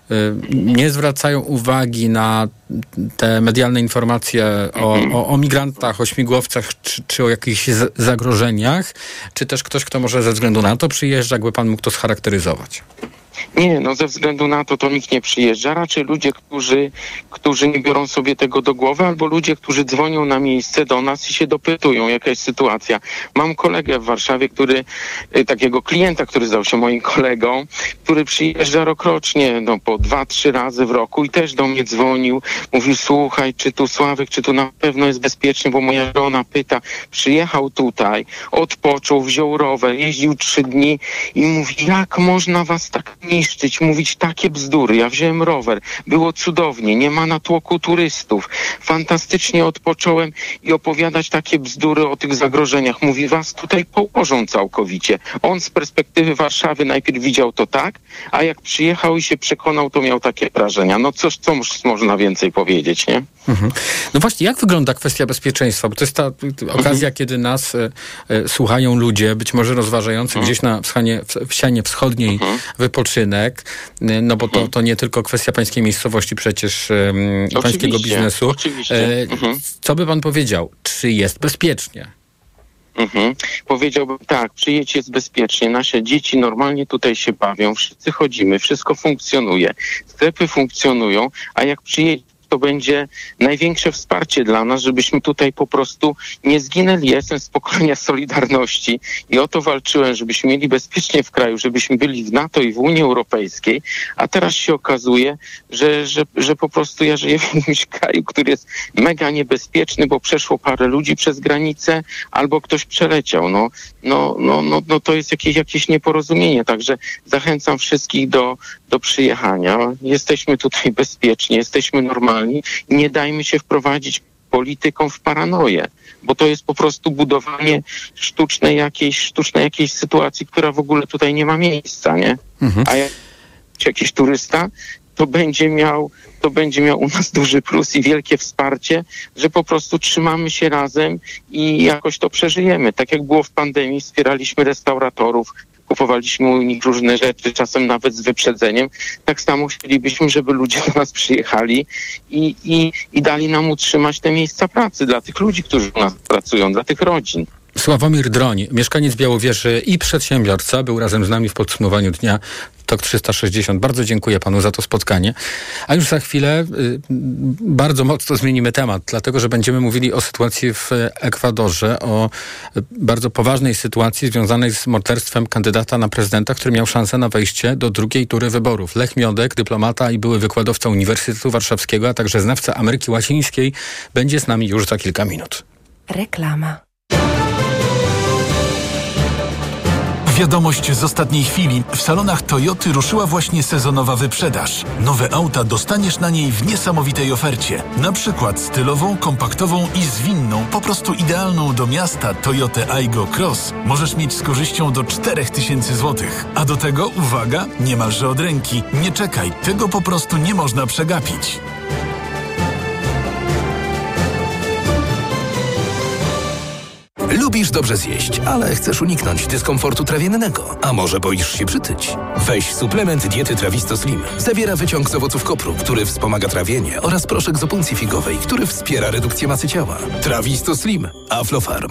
nie zwracają uwagi na te medialne informacje o, o, o migrantach, o śmigłowcach, czy, czy o jakichś z, zagrożeniach, czy też ktoś, kto może ze względu na to przyjeżdża, jakby pan mógł to scharakteryzować? Nie, no ze względu na to to nikt nie przyjeżdża. Raczej ludzie, którzy, którzy nie biorą sobie tego do głowy, albo ludzie, którzy dzwonią na miejsce do nas i się dopytują, jaka jest sytuacja. Mam kolegę w Warszawie, który, takiego klienta, który zdał się moim kolegą, który przyjeżdża rokrocznie, no po dwa, trzy razy w roku i też do mnie dzwonił. Mówił, słuchaj, czy tu Sławek, czy tu na pewno jest bezpiecznie, bo moja żona pyta. Przyjechał tutaj, odpoczął, wziął rower, jeździł trzy dni i mówi, jak można was tak niszczyć, mówić takie bzdury. Ja wziąłem rower, było cudownie, nie ma natłoku turystów, fantastycznie odpocząłem i opowiadać takie bzdury o tych zagrożeniach. Mówi, was tutaj położą całkowicie. On z perspektywy Warszawy najpierw widział to tak, a jak przyjechał i się przekonał, to miał takie wrażenia. No cóż, co można więcej powiedzieć, nie? Mhm. No właśnie, jak wygląda kwestia bezpieczeństwa? Bo to jest ta okazja, mhm. kiedy nas e, e, słuchają ludzie, być może rozważający mhm. gdzieś na wschanie, w, w ścianie wschodniej mhm. wypoczynek, no bo to, to nie tylko kwestia pańskiej miejscowości przecież e, i pańskiego biznesu. Oczywiście. Mhm. Co by pan powiedział? Czy jest bezpiecznie? Mhm. Powiedziałbym tak, przyjedź, jest bezpiecznie, nasze dzieci normalnie tutaj się bawią, wszyscy chodzimy, wszystko funkcjonuje, sklepy funkcjonują, a jak przyjedzie to będzie największe wsparcie dla nas, żebyśmy tutaj po prostu nie zginęli. Ja jestem z pokolenia Solidarności i o to walczyłem, żebyśmy mieli bezpiecznie w kraju, żebyśmy byli w NATO i w Unii Europejskiej, a teraz się okazuje, że, że, że po prostu ja żyję w jakimś kraju, który jest mega niebezpieczny, bo przeszło parę ludzi przez granicę albo ktoś przeleciał. No, no, no, no, no to jest jakieś, jakieś nieporozumienie, także zachęcam wszystkich do, do przyjechania. Jesteśmy tutaj bezpieczni, jesteśmy normalni i nie dajmy się wprowadzić polityką w paranoję, bo to jest po prostu budowanie sztucznej jakiejś, sztucznej jakiejś sytuacji, która w ogóle tutaj nie ma miejsca, nie? Mhm. A jak jakiś turysta, to będzie miał, to będzie miał u nas duży plus i wielkie wsparcie, że po prostu trzymamy się razem i jakoś to przeżyjemy. Tak jak było w pandemii, wspieraliśmy restauratorów, kupowaliśmy u nich różne rzeczy, czasem nawet z wyprzedzeniem. Tak samo chcielibyśmy, żeby ludzie do nas przyjechali i, i, i dali nam utrzymać te miejsca pracy dla tych ludzi, którzy u nas pracują, dla tych rodzin. Sławomir Droń, mieszkaniec Białowieży i przedsiębiorca, był razem z nami w podsumowaniu dnia T O K trzysta sześćdziesiąt. Bardzo dziękuję panu za to spotkanie. A już za chwilę y, bardzo mocno zmienimy temat, dlatego że będziemy mówili o sytuacji w Ekwadorze, o y, bardzo poważnej sytuacji związanej z morderstwem kandydata na prezydenta, który miał szansę na wejście do drugiej tury wyborów. Lech Miodek, dyplomata i były wykładowca Uniwersytetu Warszawskiego, a także znawca Ameryki Łacińskiej, będzie z nami już za kilka minut. Reklama. Wiadomość z ostatniej chwili. W salonach Toyoty ruszyła właśnie sezonowa wyprzedaż. Nowe auta dostaniesz na niej w niesamowitej ofercie. Na przykład stylową, kompaktową i zwinną, po prostu idealną do miasta Toyotę Aygo Cross możesz mieć z korzyścią do cztery tysiące złotych. A do tego, uwaga, niemalże od ręki. Nie czekaj, tego po prostu nie można przegapić. Lubisz dobrze zjeść, ale chcesz uniknąć dyskomfortu trawiennego. A może boisz się przytyć? Weź suplement diety Trawisto Slim. Zawiera wyciąg z owoców kopru, który wspomaga trawienie, oraz proszek z opuncji figowej, który wspiera redukcję masy ciała. Trawisto Slim. Aflofarm.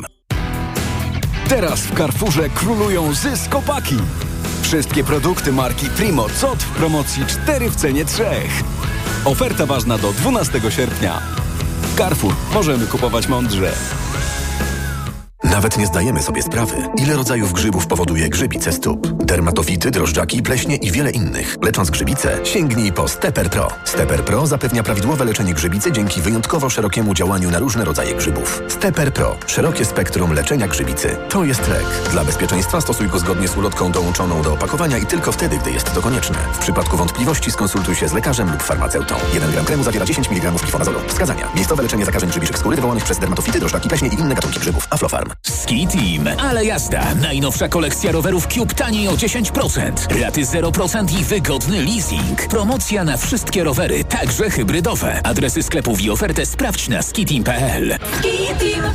Teraz w Carrefourze królują zyskopaki. Wszystkie produkty marki Primo Cot w promocji cztery w cenie trzech. Oferta ważna do dwunastego sierpnia. Carrefour. Możemy kupować mądrze. Nawet nie zdajemy sobie sprawy, ile rodzajów grzybów powoduje grzybice stóp. Dermatofity, drożdżaki, pleśnie i wiele innych. Lecząc grzybice, sięgnij po Stepper Pro. Stepper Pro zapewnia prawidłowe leczenie grzybicy dzięki wyjątkowo szerokiemu działaniu na różne rodzaje grzybów. Stepper Pro. Szerokie spektrum leczenia grzybicy. To jest lek. Dla bezpieczeństwa stosuj go zgodnie z ulotką dołączoną do opakowania i tylko wtedy, gdy jest to konieczne. W przypadku wątpliwości skonsultuj się z lekarzem lub farmaceutą. jeden gram kremu zawiera dziesięć miligramów glifonazolu. Wskazania. Miejscowe leczenie zakażeń grzybiczych skóry wywołanych przez dermatofity, drożdżaki, pleśnie i inne gatunki grzybów. Aflofarm. Ski Team. Ale jazda. Najnowsza kolekcja rowerów Cube taniej o dziesięć procent. Raty zero procent i wygodny leasing. Promocja na wszystkie rowery, także hybrydowe. Adresy sklepów i ofertę sprawdź na skiteam kropka p l. Ski Team.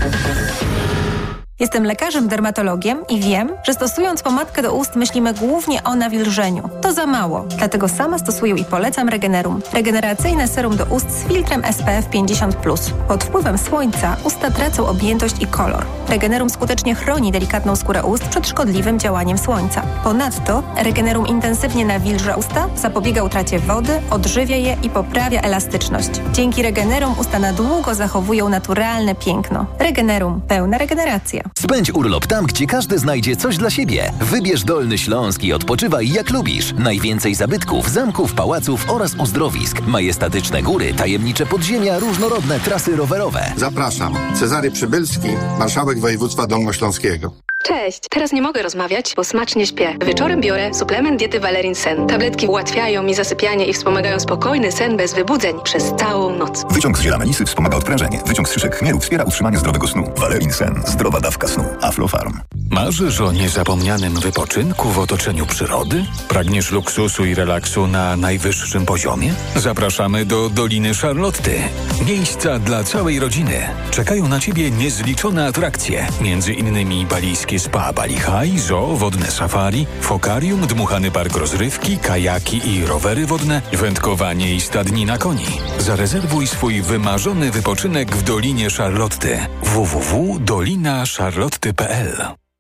Jestem lekarzem dermatologiem i wiem, że stosując pomadkę do ust myślimy głównie o nawilżeniu. To za mało, dlatego sama stosuję i polecam Regenerum. Regeneracyjne serum do ust z filtrem S P F pięćdziesiąt plus. Pod wpływem słońca usta tracą objętość i kolor. Regenerum skutecznie chroni delikatną skórę ust przed szkodliwym działaniem słońca. Ponadto Regenerum intensywnie nawilża usta, zapobiega utracie wody, odżywia je i poprawia elastyczność. Dzięki Regenerum usta na długo zachowują naturalne piękno. Regenerum. Pełna regeneracja. Spędź urlop tam, gdzie każdy znajdzie coś dla siebie. Wybierz Dolny Śląsk i odpoczywaj jak lubisz. Najwięcej zabytków, zamków, pałaców oraz uzdrowisk. Majestatyczne góry, tajemnicze podziemia, różnorodne trasy rowerowe. Zapraszam. Cezary Przybylski, marszałek województwa dolnośląskiego. Cześć! Teraz nie mogę rozmawiać, bo smacznie śpię. Wieczorem biorę suplement diety Valerin Sen. Tabletki ułatwiają mi zasypianie i wspomagają spokojny sen bez wybudzeń przez całą noc. Wyciąg z ziela melisy wspomaga odprężenie. Wyciąg z szyszek chmielu wspiera utrzymanie zdrowego snu. Valerin Sen. Zdrowa dawka snu. Aflofarm. Marzysz o niezapomnianym wypoczynku w otoczeniu przyrody? Pragniesz luksusu i relaksu na najwyższym poziomie? Zapraszamy do Doliny Charlotty. Miejsca dla całej rodziny. Czekają na Ciebie niezliczone atrakcje. Między innymi balijskie spa Bali High, zoo, wodne safari, fokarium, dmuchany park rozrywki, kajaki i rowery wodne, wędkowanie i stadnina koni. Zarezerwuj swój wymarzony wypoczynek w Dolinie Charlotty. w w w kropka dolina charlotty kropka p l.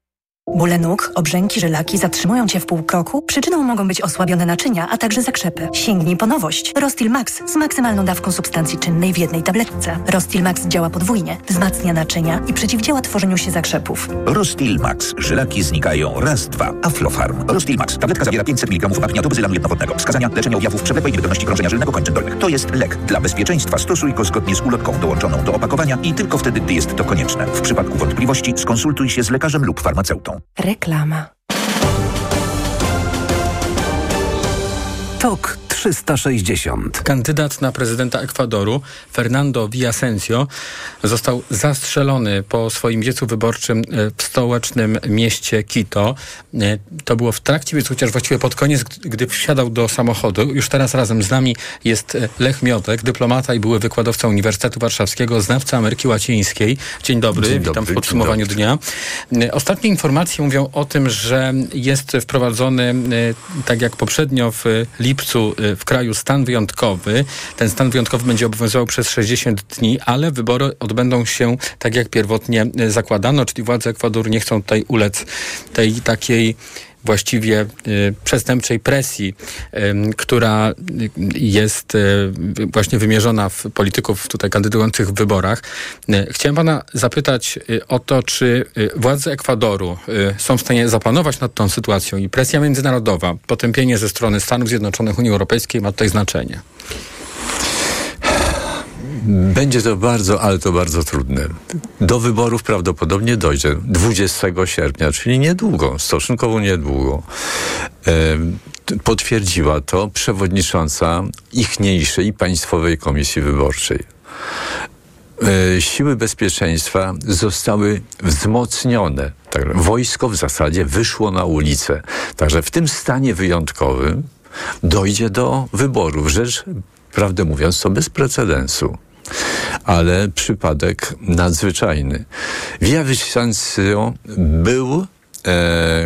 Bóle nóg, obrzęki, żylaki zatrzymują Cię w pół kroku? Przyczyną mogą być osłabione naczynia, a także zakrzepy. Sięgnij po nowość. Rostil Max z maksymalną dawką substancji czynnej w jednej tabletce. Rostil Max działa podwójnie, wzmacnia naczynia i przeciwdziała tworzeniu się zakrzepów. Rostil Max. Żylaki znikają raz, dwa. Aflofarm. Rostil Max. Tabletka zawiera pięćset miligramów apniatobezylanu jednowodnego. Wskazania: leczenie objawów przewlekłej niewydolności krążenia żylnego kończyn dolnych. To jest lek. Dla bezpieczeństwa stosuj go zgodnie z ulotką dołączoną do opakowania i tylko wtedy, gdy jest to konieczne. W przypadku wątpliwości skonsultuj się z lekarzem lub farmaceutą. Reklama. Tok trzysta sześćdziesiąt. Kandydat na prezydenta Ekwadoru, Fernando Villavicencio, został zastrzelony po swoim wiecu wyborczym w stołecznym mieście Quito. To było w trakcie wiecu, chociaż właściwie pod koniec, gdy wsiadał do samochodu. Już teraz razem z nami jest Lech Miotek, dyplomata i były wykładowca Uniwersytetu Warszawskiego, znawca Ameryki Łacińskiej. Dzień dobry, dzień witam dobry, w podsumowaniu dnia. Ostatnie informacje mówią o tym, że jest wprowadzony, tak jak poprzednio w lipcu, w kraju stan wyjątkowy. Ten stan wyjątkowy będzie obowiązywał przez sześćdziesiąt dni, ale wybory odbędą się tak, jak pierwotnie zakładano, czyli władze Ekwadoru nie chcą tutaj ulec tej takiej właściwie y, przestępczej presji, y, która jest y, właśnie wymierzona w polityków tutaj kandydujących w wyborach. Y, chciałem pana zapytać y, o to, czy y, władze Ekwadoru y, są w stanie zapanować nad tą sytuacją i presja międzynarodowa, potępienie ze strony Stanów Zjednoczonych, Unii Europejskiej ma tutaj znaczenie. Będzie to bardzo, ale to bardzo trudne. Do wyborów prawdopodobnie dojdzie dwudziestego sierpnia, czyli niedługo, stosunkowo niedługo. E, potwierdziła to przewodnicząca ichniejszej Państwowej Komisji Wyborczej. E, siły bezpieczeństwa zostały wzmocnione. Tak, wojsko w zasadzie wyszło na ulicę. Także w tym stanie wyjątkowym dojdzie do wyborów. Rzecz, prawdę mówiąc, to bez precedensu. Ale przypadek nadzwyczajny. Villavicencio był e,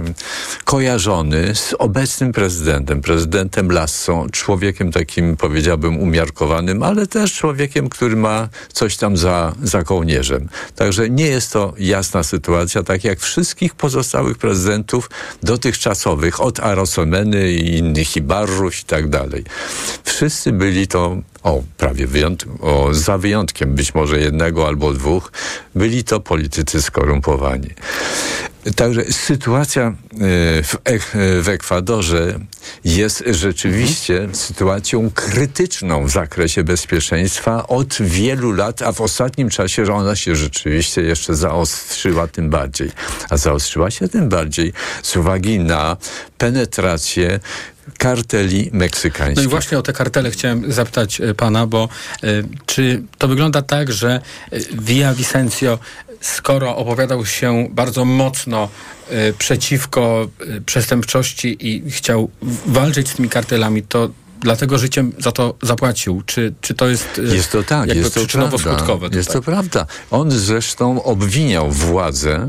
kojarzony z obecnym prezydentem, prezydentem Lasso, człowiekiem takim, powiedziałbym, umiarkowanym, ale też człowiekiem, który ma coś tam za, za kołnierzem. Także nie jest to jasna sytuacja, tak jak wszystkich pozostałych prezydentów dotychczasowych, od Arosomeny i innych, i Barrus i tak dalej. Wszyscy byli to O, prawie wyjąt- o, za wyjątkiem być może jednego albo dwóch, byli to politycy skorumpowani. Także sytuacja w, Ek- w Ekwadorze jest rzeczywiście mhm. sytuacją krytyczną w zakresie bezpieczeństwa od wielu lat, a w ostatnim czasie ona się rzeczywiście jeszcze zaostrzyła tym bardziej. A zaostrzyła się tym bardziej z uwagi na penetrację karteli meksykańskich. No i właśnie o te kartele chciałem zapytać pana, bo y, czy to wygląda tak, że y, Villavicencio, skoro opowiadał się bardzo mocno y, przeciwko y, przestępczości i chciał walczyć z tymi kartelami, to dlatego życiem za to zapłacił? Czy, czy to jest, y, jest to tak, jakby jest to przyczynowo-skutkowe? Jest to prawda. On zresztą obwiniał władzę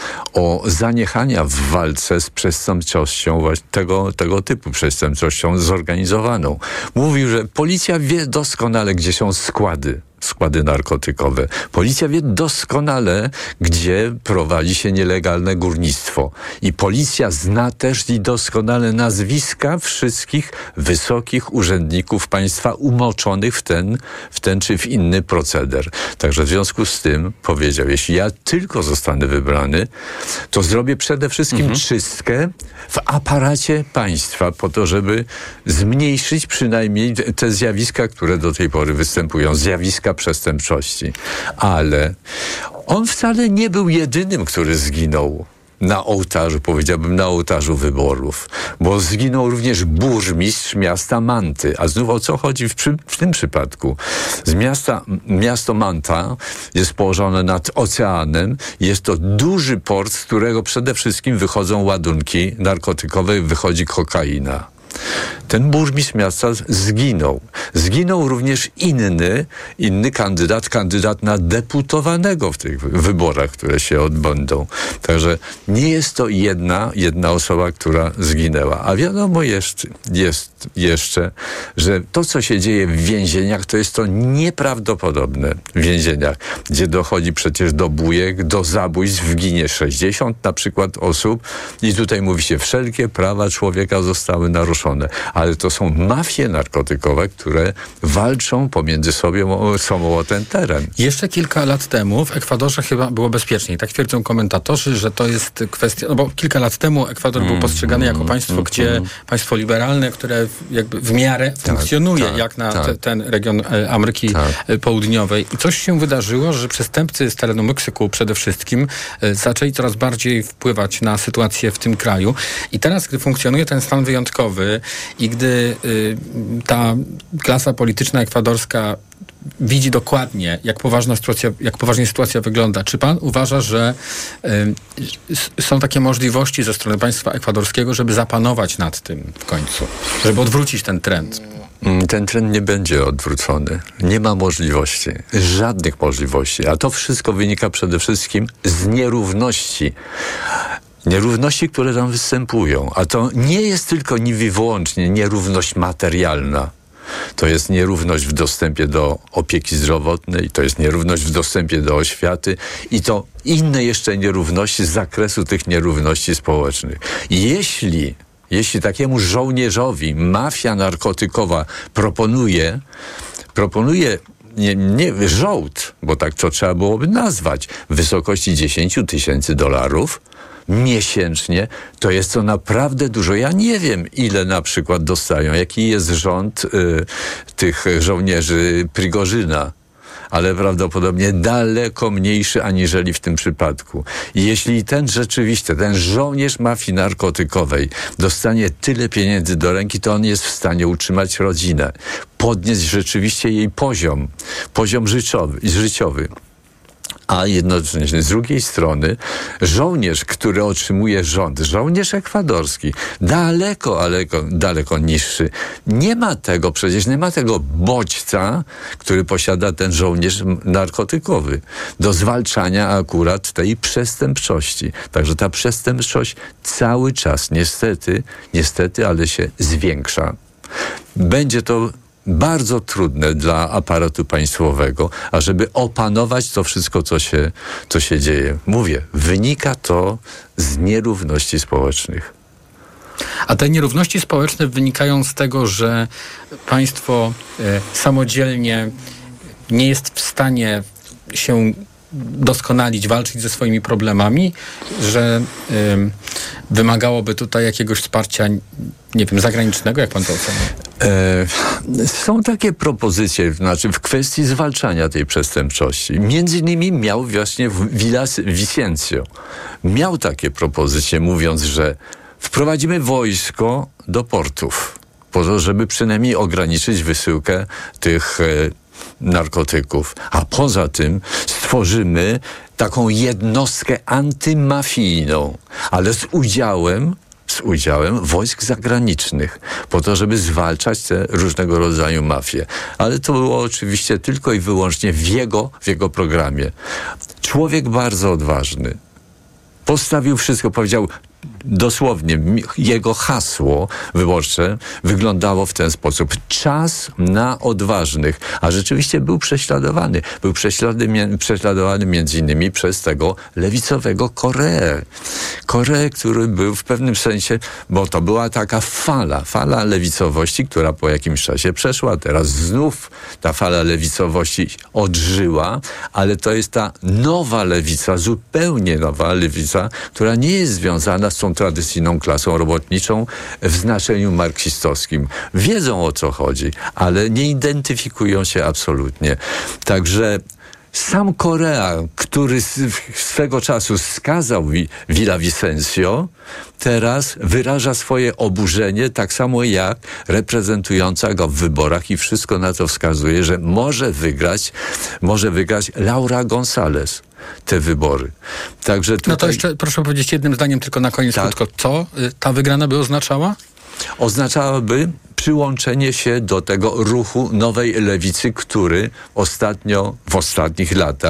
o zaniechania w walce z przestępczością, tego, tego typu przestępczością zorganizowaną. Mówił, że policja wie doskonale, gdzie są składy. składy narkotykowe. Policja wie doskonale, gdzie prowadzi się nielegalne górnictwo. I policja zna też i doskonale nazwiska wszystkich wysokich urzędników państwa umoczonych w ten, w ten czy w inny proceder. Także w związku z tym powiedział, jeśli ja tylko zostanę wybrany, to zrobię przede wszystkim mhm. czystkę w aparacie państwa po to, żeby zmniejszyć przynajmniej te zjawiska, które do tej pory występują. Zjawiska przestępczości. Ale on wcale nie był jedynym, który zginął na ołtarzu, powiedziałbym, na ołtarzu wyborów. Bo zginął również burmistrz miasta Manty. A znów o co chodzi w, przy, w tym przypadku? Z miasta, miasto Manta jest położone nad oceanem. Jest to duży port, z którego przede wszystkim wychodzą ładunki narkotykowe, wychodzi kokaina. Ten burmistrz miasta zginął. Zginął również inny, inny kandydat, kandydat na deputowanego w tych wyborach, które się odbędą. Także nie jest to jedna, jedna osoba, która zginęła. A wiadomo jest, jest jeszcze, że to, co się dzieje w więzieniach, to jest to nieprawdopodobne w więzieniach, gdzie dochodzi przecież do bujek, do zabójstw, ginie sześćdziesiąt na przykład osób i tutaj mówi się, wszelkie prawa człowieka zostały naruszone. Ale to są mafie narkotykowe, które walczą pomiędzy sobą, sobą o ten teren. Jeszcze kilka lat temu w Ekwadorze chyba było bezpieczniej. Tak twierdzą komentatorzy, że to jest kwestia, no bo kilka lat temu Ekwador mm, był postrzegany mm, jako państwo, mm, gdzie mm. państwo liberalne, które jakby w miarę tak, funkcjonuje, tak, jak na tak. te, ten region Ameryki tak. Południowej. I coś się wydarzyło, że przestępcy z terenu Meksyku przede wszystkim zaczęli coraz bardziej wpływać na sytuację w tym kraju. I teraz, gdy funkcjonuje ten stan wyjątkowy i gdy y, ta klasa polityczna ekwadorska widzi dokładnie, jak poważna sytuacja, jak poważnie sytuacja wygląda. Czy pan uważa, że y, są takie możliwości ze strony państwa ekwadorskiego, żeby zapanować nad tym w końcu? Żeby odwrócić ten trend? Ten trend nie będzie odwrócony. Nie ma możliwości. Żadnych możliwości. A to wszystko wynika przede wszystkim z nierówności. Nierówności, które tam występują. A to nie jest tylko i wyłącznie nierówność materialna. To jest nierówność w dostępie do opieki zdrowotnej, to jest nierówność w dostępie do oświaty i to inne jeszcze nierówności z zakresu tych nierówności społecznych. Jeśli, jeśli takiemu żołnierzowi mafia narkotykowa proponuje, proponuje nie, nie żołd, bo tak to trzeba byłoby nazwać, w wysokości dziesięć tysięcy dolarów, miesięcznie, to jest to naprawdę dużo. Ja nie wiem, ile na przykład dostają, jaki jest rząd y, tych żołnierzy Prigorzyna, ale prawdopodobnie daleko mniejszy aniżeli w tym przypadku. I jeśli ten rzeczywiście, ten żołnierz mafii narkotykowej dostanie tyle pieniędzy do ręki, to on jest w stanie utrzymać rodzinę, podnieść rzeczywiście jej poziom, poziom życiowy, życiowy. A jednocześnie z drugiej strony żołnierz, który otrzymuje rząd, żołnierz ekwadorski, daleko, daleko, daleko niższy. Nie ma tego, przecież nie ma tego bodźca, który posiada ten żołnierz narkotykowy do zwalczania akurat tej przestępczości. Także ta przestępczość cały czas niestety, niestety, ale się zwiększa. Będzie to bardzo trudne dla aparatu państwowego, ażeby opanować to wszystko, co się, co się dzieje. Mówię, wynika to z nierówności społecznych. A te nierówności społeczne wynikają z tego, że państwo e, samodzielnie nie jest w stanie się doskonalić, walczyć ze swoimi problemami, że y, wymagałoby tutaj jakiegoś wsparcia, nie wiem, zagranicznego, jak pan to ocenia? E, są takie propozycje, znaczy w kwestii zwalczania tej przestępczości. Między innymi miał właśnie Vilas Vicencio. Miał takie propozycje, mówiąc, że wprowadzimy wojsko do portów, po to, żeby przynajmniej ograniczyć wysyłkę tych e, narkotyków. A poza tym stworzymy taką jednostkę antymafijną, ale z udziałem z udziałem wojsk zagranicznych, po to, żeby zwalczać te różnego rodzaju mafie. Ale to było oczywiście tylko i wyłącznie w jego, w jego programie. Człowiek bardzo odważny. Postawił wszystko, powiedział dosłownie, jego hasło wyborcze wyglądało w ten sposób. Czas na odważnych. A rzeczywiście był prześladowany. Był prześladowany, prześladowany między innymi przez tego lewicowego Koreę. Koreę, który był w pewnym sensie, bo to była taka fala, fala lewicowości, która po jakimś czasie przeszła. Teraz znów ta fala lewicowości odżyła, ale to jest ta nowa lewica, zupełnie nowa lewica, która nie jest związana z tą tradycyjną klasą robotniczą w znaczeniu marksistowskim. Wiedzą, o co chodzi, ale nie identyfikują się absolutnie. Także sam Korea, który swego czasu skazał Villa Vicencio, teraz wyraża swoje oburzenie, tak samo jak reprezentująca go w wyborach i wszystko na to wskazuje, że może wygrać, może wygrać Laura González te wybory. Także tutaj... No to jeszcze proszę powiedzieć jednym zdaniem tylko na koniec tak. krótko, co ta wygrana by oznaczała? Oznaczałaby przyłączenie się do tego ruchu nowej lewicy, który ostatnio, w ostatnich latach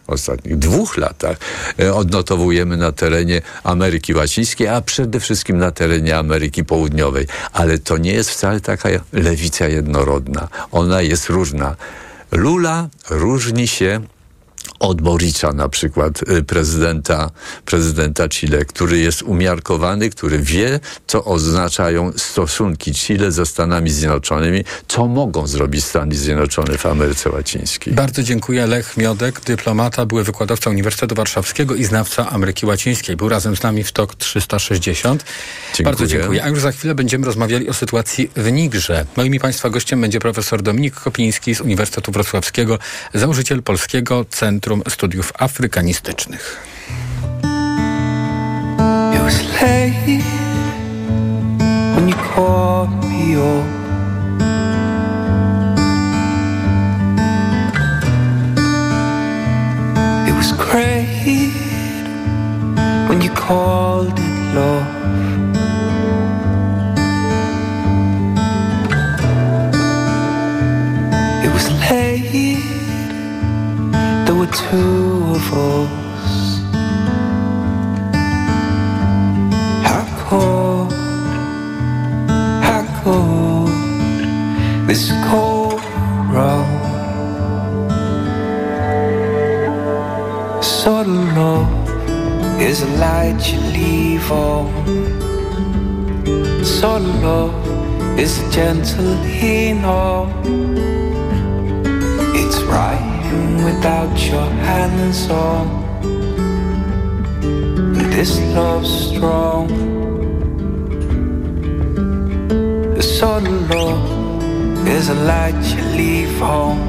ostatnich dwóch latach odnotowujemy na terenie Ameryki Łacińskiej, a przede wszystkim na terenie Ameryki Południowej. Ale to nie jest wcale taka lewica jednorodna. Ona jest różna. Lula różni się od Borica, na przykład prezydenta, prezydenta Chile, który jest umiarkowany, który wie, co oznaczają stosunki Chile ze Stanami Zjednoczonymi, co mogą zrobić Stany Zjednoczone w Ameryce Łacińskiej. Bardzo dziękuję. Lech Miodek, dyplomata, były wykładowca Uniwersytetu Warszawskiego i znawca Ameryki Łacińskiej. Był razem z nami w T O K trzysta sześćdziesiąt. Dziękuję. Bardzo dziękuję. A już za chwilę będziemy rozmawiali o sytuacji w Nigrze. Moim i Państwa gościem będzie profesor Dominik Kopiński z Uniwersytetu Wrocławskiego, założyciel Polskiego Centrum Studiów Afrykanistycznych. It was late when you called me up. It was great when you called it love. It was late. There were two of us. How cold, how cold this cold road. Sort of love is a light you leave on. Sort of love is a gentle lean on. It's right without your hands on. This love's strong. The sort of love is a light you leave home.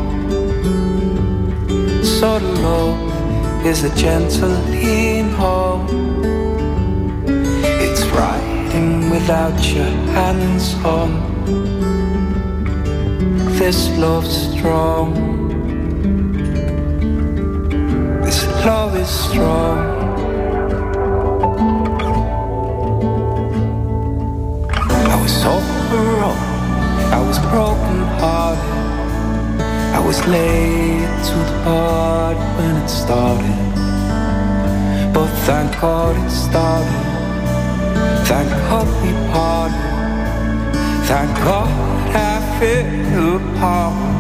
The sort of love is a gentle lean home. It's riding without your hands on. This love's strong. This love is strong. I was so wrong. I was broken hearted. I was late to the party when it started. But thank God it started. Thank God we parted. Thank God I fell apart.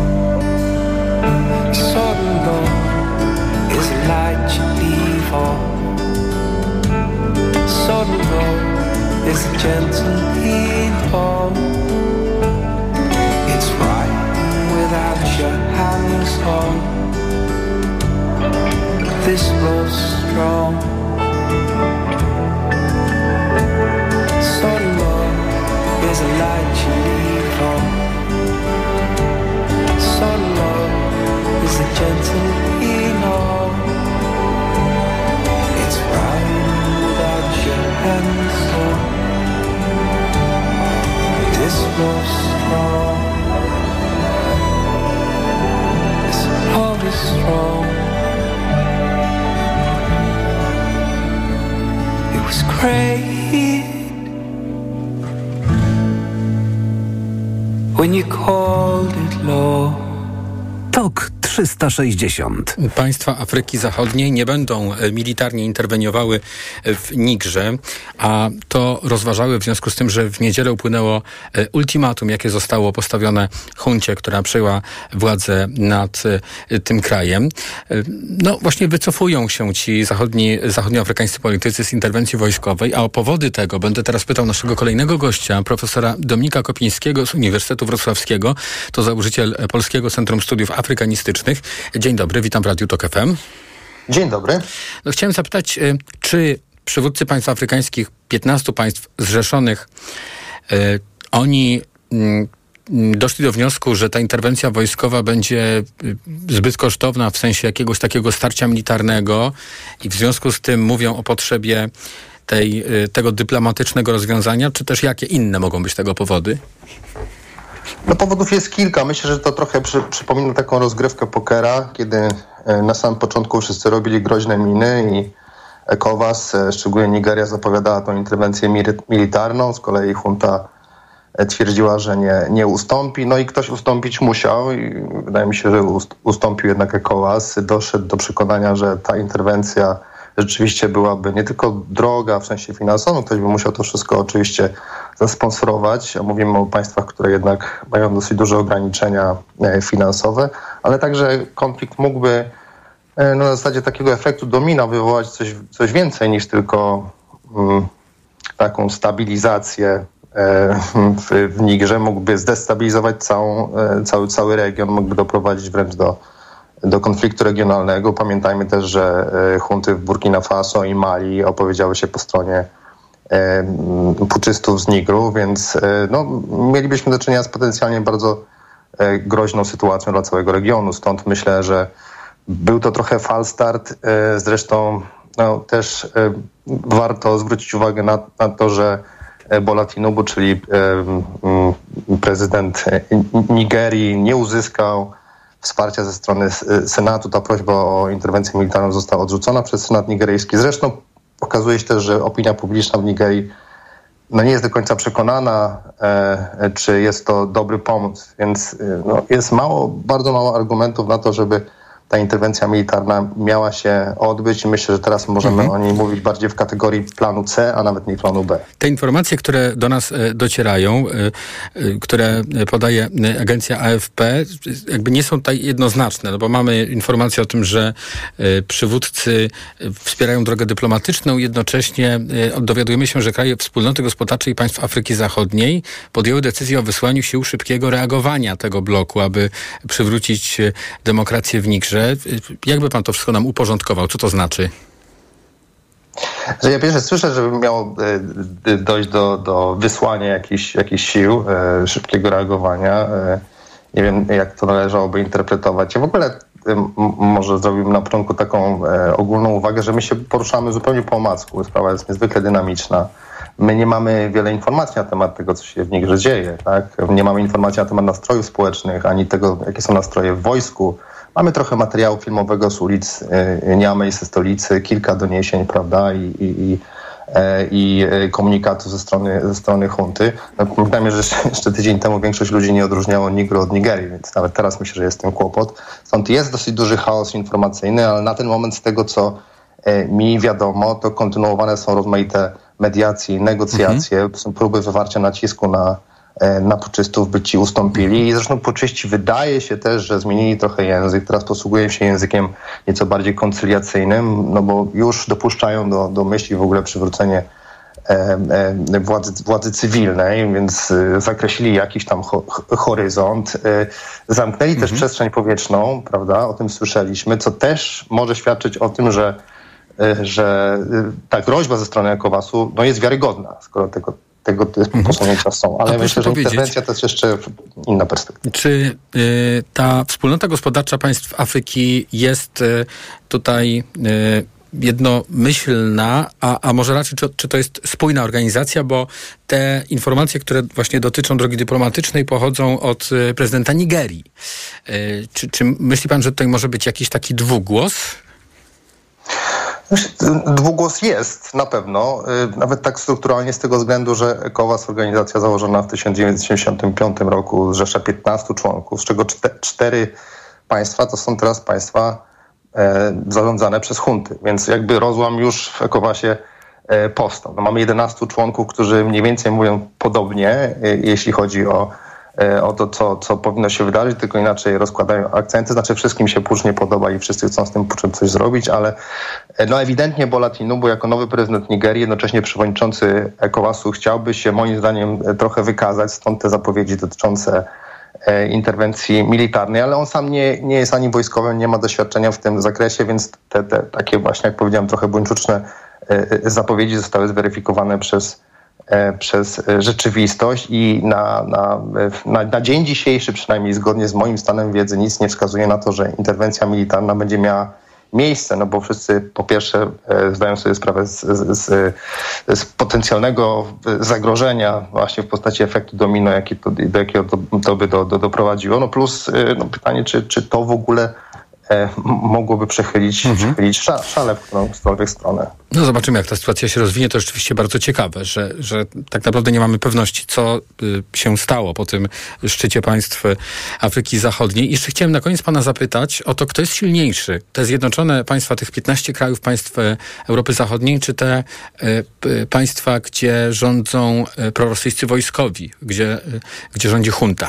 Sort of love is a light you leave on. Sort of love is a gentle lean on. It's right without your hands on. This love's strong. Sort of love is a light you leave on. Sort of love is a gentle lean on. It's right without your hands on. This love's strong. This love is strong. It was great when you called it love. T O K trzysta sześćdziesiąt. Państwa Afryki Zachodniej nie będą militarnie interweniowały w Nigrze, a to rozważały w związku z tym, że w niedzielę upłynęło ultimatum, jakie zostało postawione juncie, która przejęła władzę nad tym krajem. No właśnie wycofują się ci zachodni, zachodnioafrykańscy politycy z interwencji wojskowej, a o powody tego będę teraz pytał naszego kolejnego gościa, profesora Dominika Kopińskiego z Uniwersytetu Wrocławskiego, to założyciel Polskiego Centrum Studiów Afrykanistycznych. Dzień dobry, witam w Radiu T O K F M. Dzień dobry. No, chciałem zapytać, czy przywódcy państw afrykańskich, piętnastu państw zrzeszonych, y, oni y, doszli do wniosku, że ta interwencja wojskowa będzie zbyt kosztowna w sensie jakiegoś takiego starcia militarnego i w związku z tym mówią o potrzebie tej, tego dyplomatycznego rozwiązania, czy też jakie inne mogą być tego powody? No powodów jest kilka. Myślę, że to trochę przy, przypomina taką rozgrywkę pokera, kiedy na samym początku wszyscy robili groźne miny i ECOWAS, szczególnie Nigeria, zapowiadała tą interwencję militarną. Z kolei junta twierdziła, że nie, nie ustąpi. No i ktoś ustąpić musiał i wydaje mi się, że ustąpił jednak ECOWAS. Doszedł do przekonania, że ta interwencja rzeczywiście byłaby nie tylko droga w sensie finansowym, ktoś by musiał to wszystko oczywiście zasponsorować, a mówimy o państwach, które jednak mają dosyć duże ograniczenia finansowe, ale także konflikt mógłby no, na zasadzie takiego efektu domina wywołać coś, coś więcej niż tylko um, taką stabilizację w, w Nigrze, mógłby zdestabilizować całą, cały, cały region, mógłby doprowadzić wręcz do do konfliktu regionalnego. Pamiętajmy też, że junty w Burkina Faso i Mali opowiedziały się po stronie e, puczystów z Nigru, więc e, no, mielibyśmy do czynienia z potencjalnie bardzo e, groźną sytuacją dla całego regionu. Stąd myślę, że był to trochę falstart. E, zresztą no, też e, warto zwrócić uwagę na, na to, że Bola Tinubu, czyli e, prezydent Nigerii, nie uzyskał wsparcia ze strony Senatu. Ta prośba o interwencję militarną została odrzucona przez Senat nigeryjski. Zresztą okazuje się też, że opinia publiczna w Nigerii no nie jest do końca przekonana, e, czy jest to dobry pomysł. Więc no, jest mało, bardzo mało argumentów na to, żeby ta interwencja militarna miała się odbyć i myślę, że teraz możemy mhm. o niej mówić bardziej w kategorii planu C, a nawet nie planu B. Te informacje, które do nas docierają, które podaje agencja A F P, jakby nie są tutaj jednoznaczne, no bo mamy informacje o tym, że przywódcy wspierają drogę dyplomatyczną, jednocześnie dowiadujemy się, że kraje Wspólnoty Gospodarczej Państw Afryki Zachodniej podjęły decyzję o wysłaniu sił szybkiego reagowania tego bloku, aby przywrócić demokrację w Nigrze. Jakby pan to wszystko nam uporządkował? Co to znaczy? Że ja pierwsze słyszę, żeby miało dojść do, do wysłania jakichś, jakichś sił e, szybkiego reagowania. E, nie wiem, jak to należałoby interpretować. Ja w ogóle m- może zrobimy na początku taką e, ogólną uwagę, że my się poruszamy zupełnie po omacku. Sprawa jest niezwykle dynamiczna. My nie mamy wiele informacji na temat tego, co się w Nigrze dzieje. Tak? Nie mamy informacji na temat nastrojów społecznych, ani tego, jakie są nastroje w wojsku. Mamy trochę materiału filmowego z ulic Niamey, ze stolicy, kilka doniesień, prawda, i, i, i, i komunikatów ze strony, ze strony junty. No, pamiętajmy, że jeszcze tydzień temu większość ludzi nie odróżniało Nigru od Nigerii, więc nawet teraz myślę, że jest ten kłopot. Stąd jest dosyć duży chaos informacyjny, ale na ten moment z tego, co mi wiadomo, to kontynuowane są rozmaite mediacje, negocjacje, mhm. są próby wywarcia nacisku na na puczystów, by ci ustąpili. I zresztą puczyści wydaje się też, że zmienili trochę język. Teraz posługują się językiem nieco bardziej koncyliacyjnym, no bo już dopuszczają do, do myśli w ogóle przywrócenie e, e, władzy, władzy cywilnej, więc e, zakreślili jakiś tam ho, horyzont. E, zamknęli mhm. też przestrzeń powietrzną, prawda? O tym słyszeliśmy, co też może świadczyć o tym, że, e, że ta groźba ze strony ECOWAS-u no jest wiarygodna, skoro tego tego typu posunięcia są. Ale myślę, że interwencja to jest jeszcze inna perspektywa. Czy y, ta wspólnota gospodarcza państw Afryki jest y, tutaj y, jednomyślna, a, a może raczej czy, czy to jest spójna organizacja, bo te informacje, które właśnie dotyczą drogi dyplomatycznej, pochodzą od y, prezydenta Nigerii. Y, czy, czy myśli pan, że tutaj może być jakiś taki dwugłos? Dwugłos jest, na pewno. Nawet tak strukturalnie z tego względu, że ECOWAS, organizacja założona w tysiąc dziewięćset osiemdziesiątym piątym roku, zrzesza piętnastu członków, z czego cztery państwa to są teraz państwa e, zarządzane przez junty. Więc jakby rozłam już w ECOWASie e, powstał. No mamy jedenastu członków, którzy mniej więcej mówią podobnie, e, jeśli chodzi o o to, co, co powinno się wydarzyć, tylko inaczej rozkładają akcenty. Znaczy wszystkim się pucz nie podoba i wszyscy chcą z tym puczem coś zrobić, ale no ewidentnie Bola Tinubu jako nowy prezydent Nigerii, jednocześnie przewodniczący ECOWAS-u chciałby się moim zdaniem trochę wykazać, stąd te zapowiedzi dotyczące e, interwencji militarnej, ale on sam nie, nie jest ani wojskowym, nie ma doświadczenia w tym zakresie, więc te, te takie właśnie, jak powiedziałem, trochę buńczuczne e, zapowiedzi zostały zweryfikowane przez przez rzeczywistość i na, na, na, na dzień dzisiejszy, przynajmniej zgodnie z moim stanem wiedzy, nic nie wskazuje na to, że interwencja militarna będzie miała miejsce, no bo wszyscy po pierwsze zdają sobie sprawę z, z, z potencjalnego zagrożenia właśnie w postaci efektu domino, jaki to, do jakiego to, to by do, do, doprowadziło. No plus no pytanie, czy, czy to w ogóle e, mogłoby przechylić, mhm. przechylić szale w którąkolwiek stronę. No zobaczymy, jak ta sytuacja się rozwinie. To rzeczywiście bardzo ciekawe, że, że tak naprawdę nie mamy pewności, co y, się stało po tym szczycie państw Afryki Zachodniej. I jeszcze chciałem na koniec pana zapytać o to, kto jest silniejszy. Te zjednoczone państwa, tych piętnaście krajów państw Europy Zachodniej, czy te y, y, państwa, gdzie rządzą y, prorosyjscy wojskowi, gdzie, y, gdzie rządzi junta?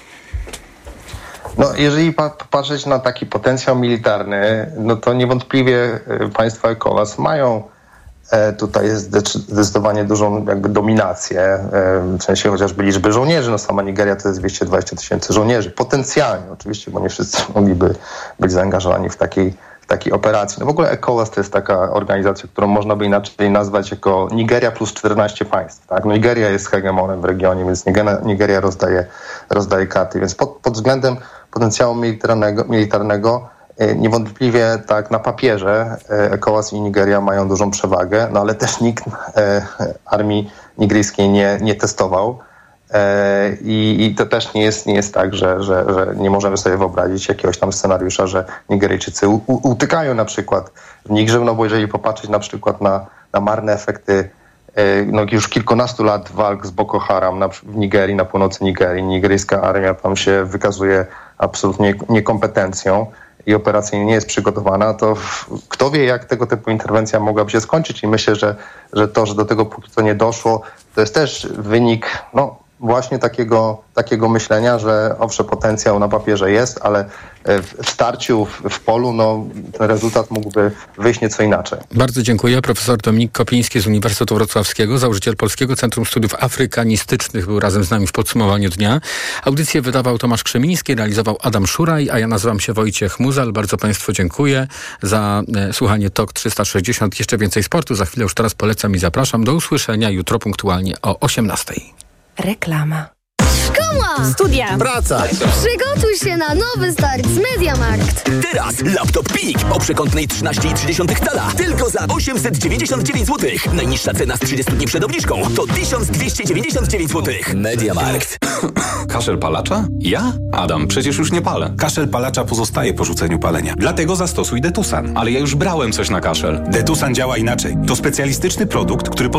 No, jeżeli patrzeć na taki potencjał militarny, no to niewątpliwie państwa ECOWAS mają tutaj zdecydowanie dużą jakby dominację, w sensie chociażby liczby żołnierzy. No sama Nigeria to jest dwieście dwadzieścia tysięcy żołnierzy. Potencjalnie oczywiście, bo nie wszyscy mogliby być zaangażowani w takiej, w takiej operacji. No w ogóle ECOWAS to jest taka organizacja, którą można by inaczej nazwać jako Nigeria plus czternaście państw. Tak? No Nigeria jest hegemonem w regionie, więc Nigeria rozdaje, rozdaje karty. Więc pod, pod względem potencjału militarnego, militarnego niewątpliwie tak na papierze ECOWAS i Nigeria mają dużą przewagę, no ale też nikt e, armii nigeryjskiej nie, nie testował e, i, i to też nie jest, nie jest tak, że, że, że nie możemy sobie wyobrazić jakiegoś tam scenariusza, że Nigeryjczycy u, u, utykają na przykład w Nigrze, no bo jeżeli popatrzeć na przykład na, na marne efekty e, no już kilkunastu lat walk z Boko Haram na, w Nigerii, na północy Nigerii, nigeryjska armia tam się wykazuje absolutnie niekompetencją i operacyjnie nie jest przygotowana, to kto wie, jak tego typu interwencja mogłaby się skończyć i myślę, że, że to, że do tego póki co nie doszło, to jest też wynik no, właśnie takiego, takiego myślenia, że owszem, potencjał na papierze jest, ale w starciu, w, w polu, no, ten rezultat mógłby wyjść nieco inaczej. Bardzo dziękuję. Profesor Dominik Kopiński z Uniwersytetu Wrocławskiego, założyciel Polskiego Centrum Studiów Afrykanistycznych, był razem z nami w podsumowaniu dnia. Audycję wydawał Tomasz Krzemiński, realizował Adam Szuraj, a ja nazywam się Wojciech Muzal. Bardzo Państwu dziękuję za e, słuchanie T O K trzysta sześćdziesiąt. Jeszcze więcej sportu. Za chwilę już teraz polecam i zapraszam. Do usłyszenia jutro punktualnie o osiemnastej. Reklama. Szkoła! Studia! Praca! Przygotuj się na nowy start z MediaMarkt. Teraz laptop Pik o przekątnej trzynaście przecinek trzy cala tylko za osiemset dziewięćdziesiąt dziewięć złotych. Najniższa cena z trzydziestu dni przed obniżką to tysiąc dwieście dziewięćdziesiąt dziewięć złotych. MediaMarkt. Kaszel palacza? Ja? Adam, przecież już nie palę. Kaszel palacza pozostaje po rzuceniu palenia. Dlatego zastosuj Detusan. Ale ja już brałem coś na kaszel. Detusan działa inaczej. To specjalistyczny produkt, który powstał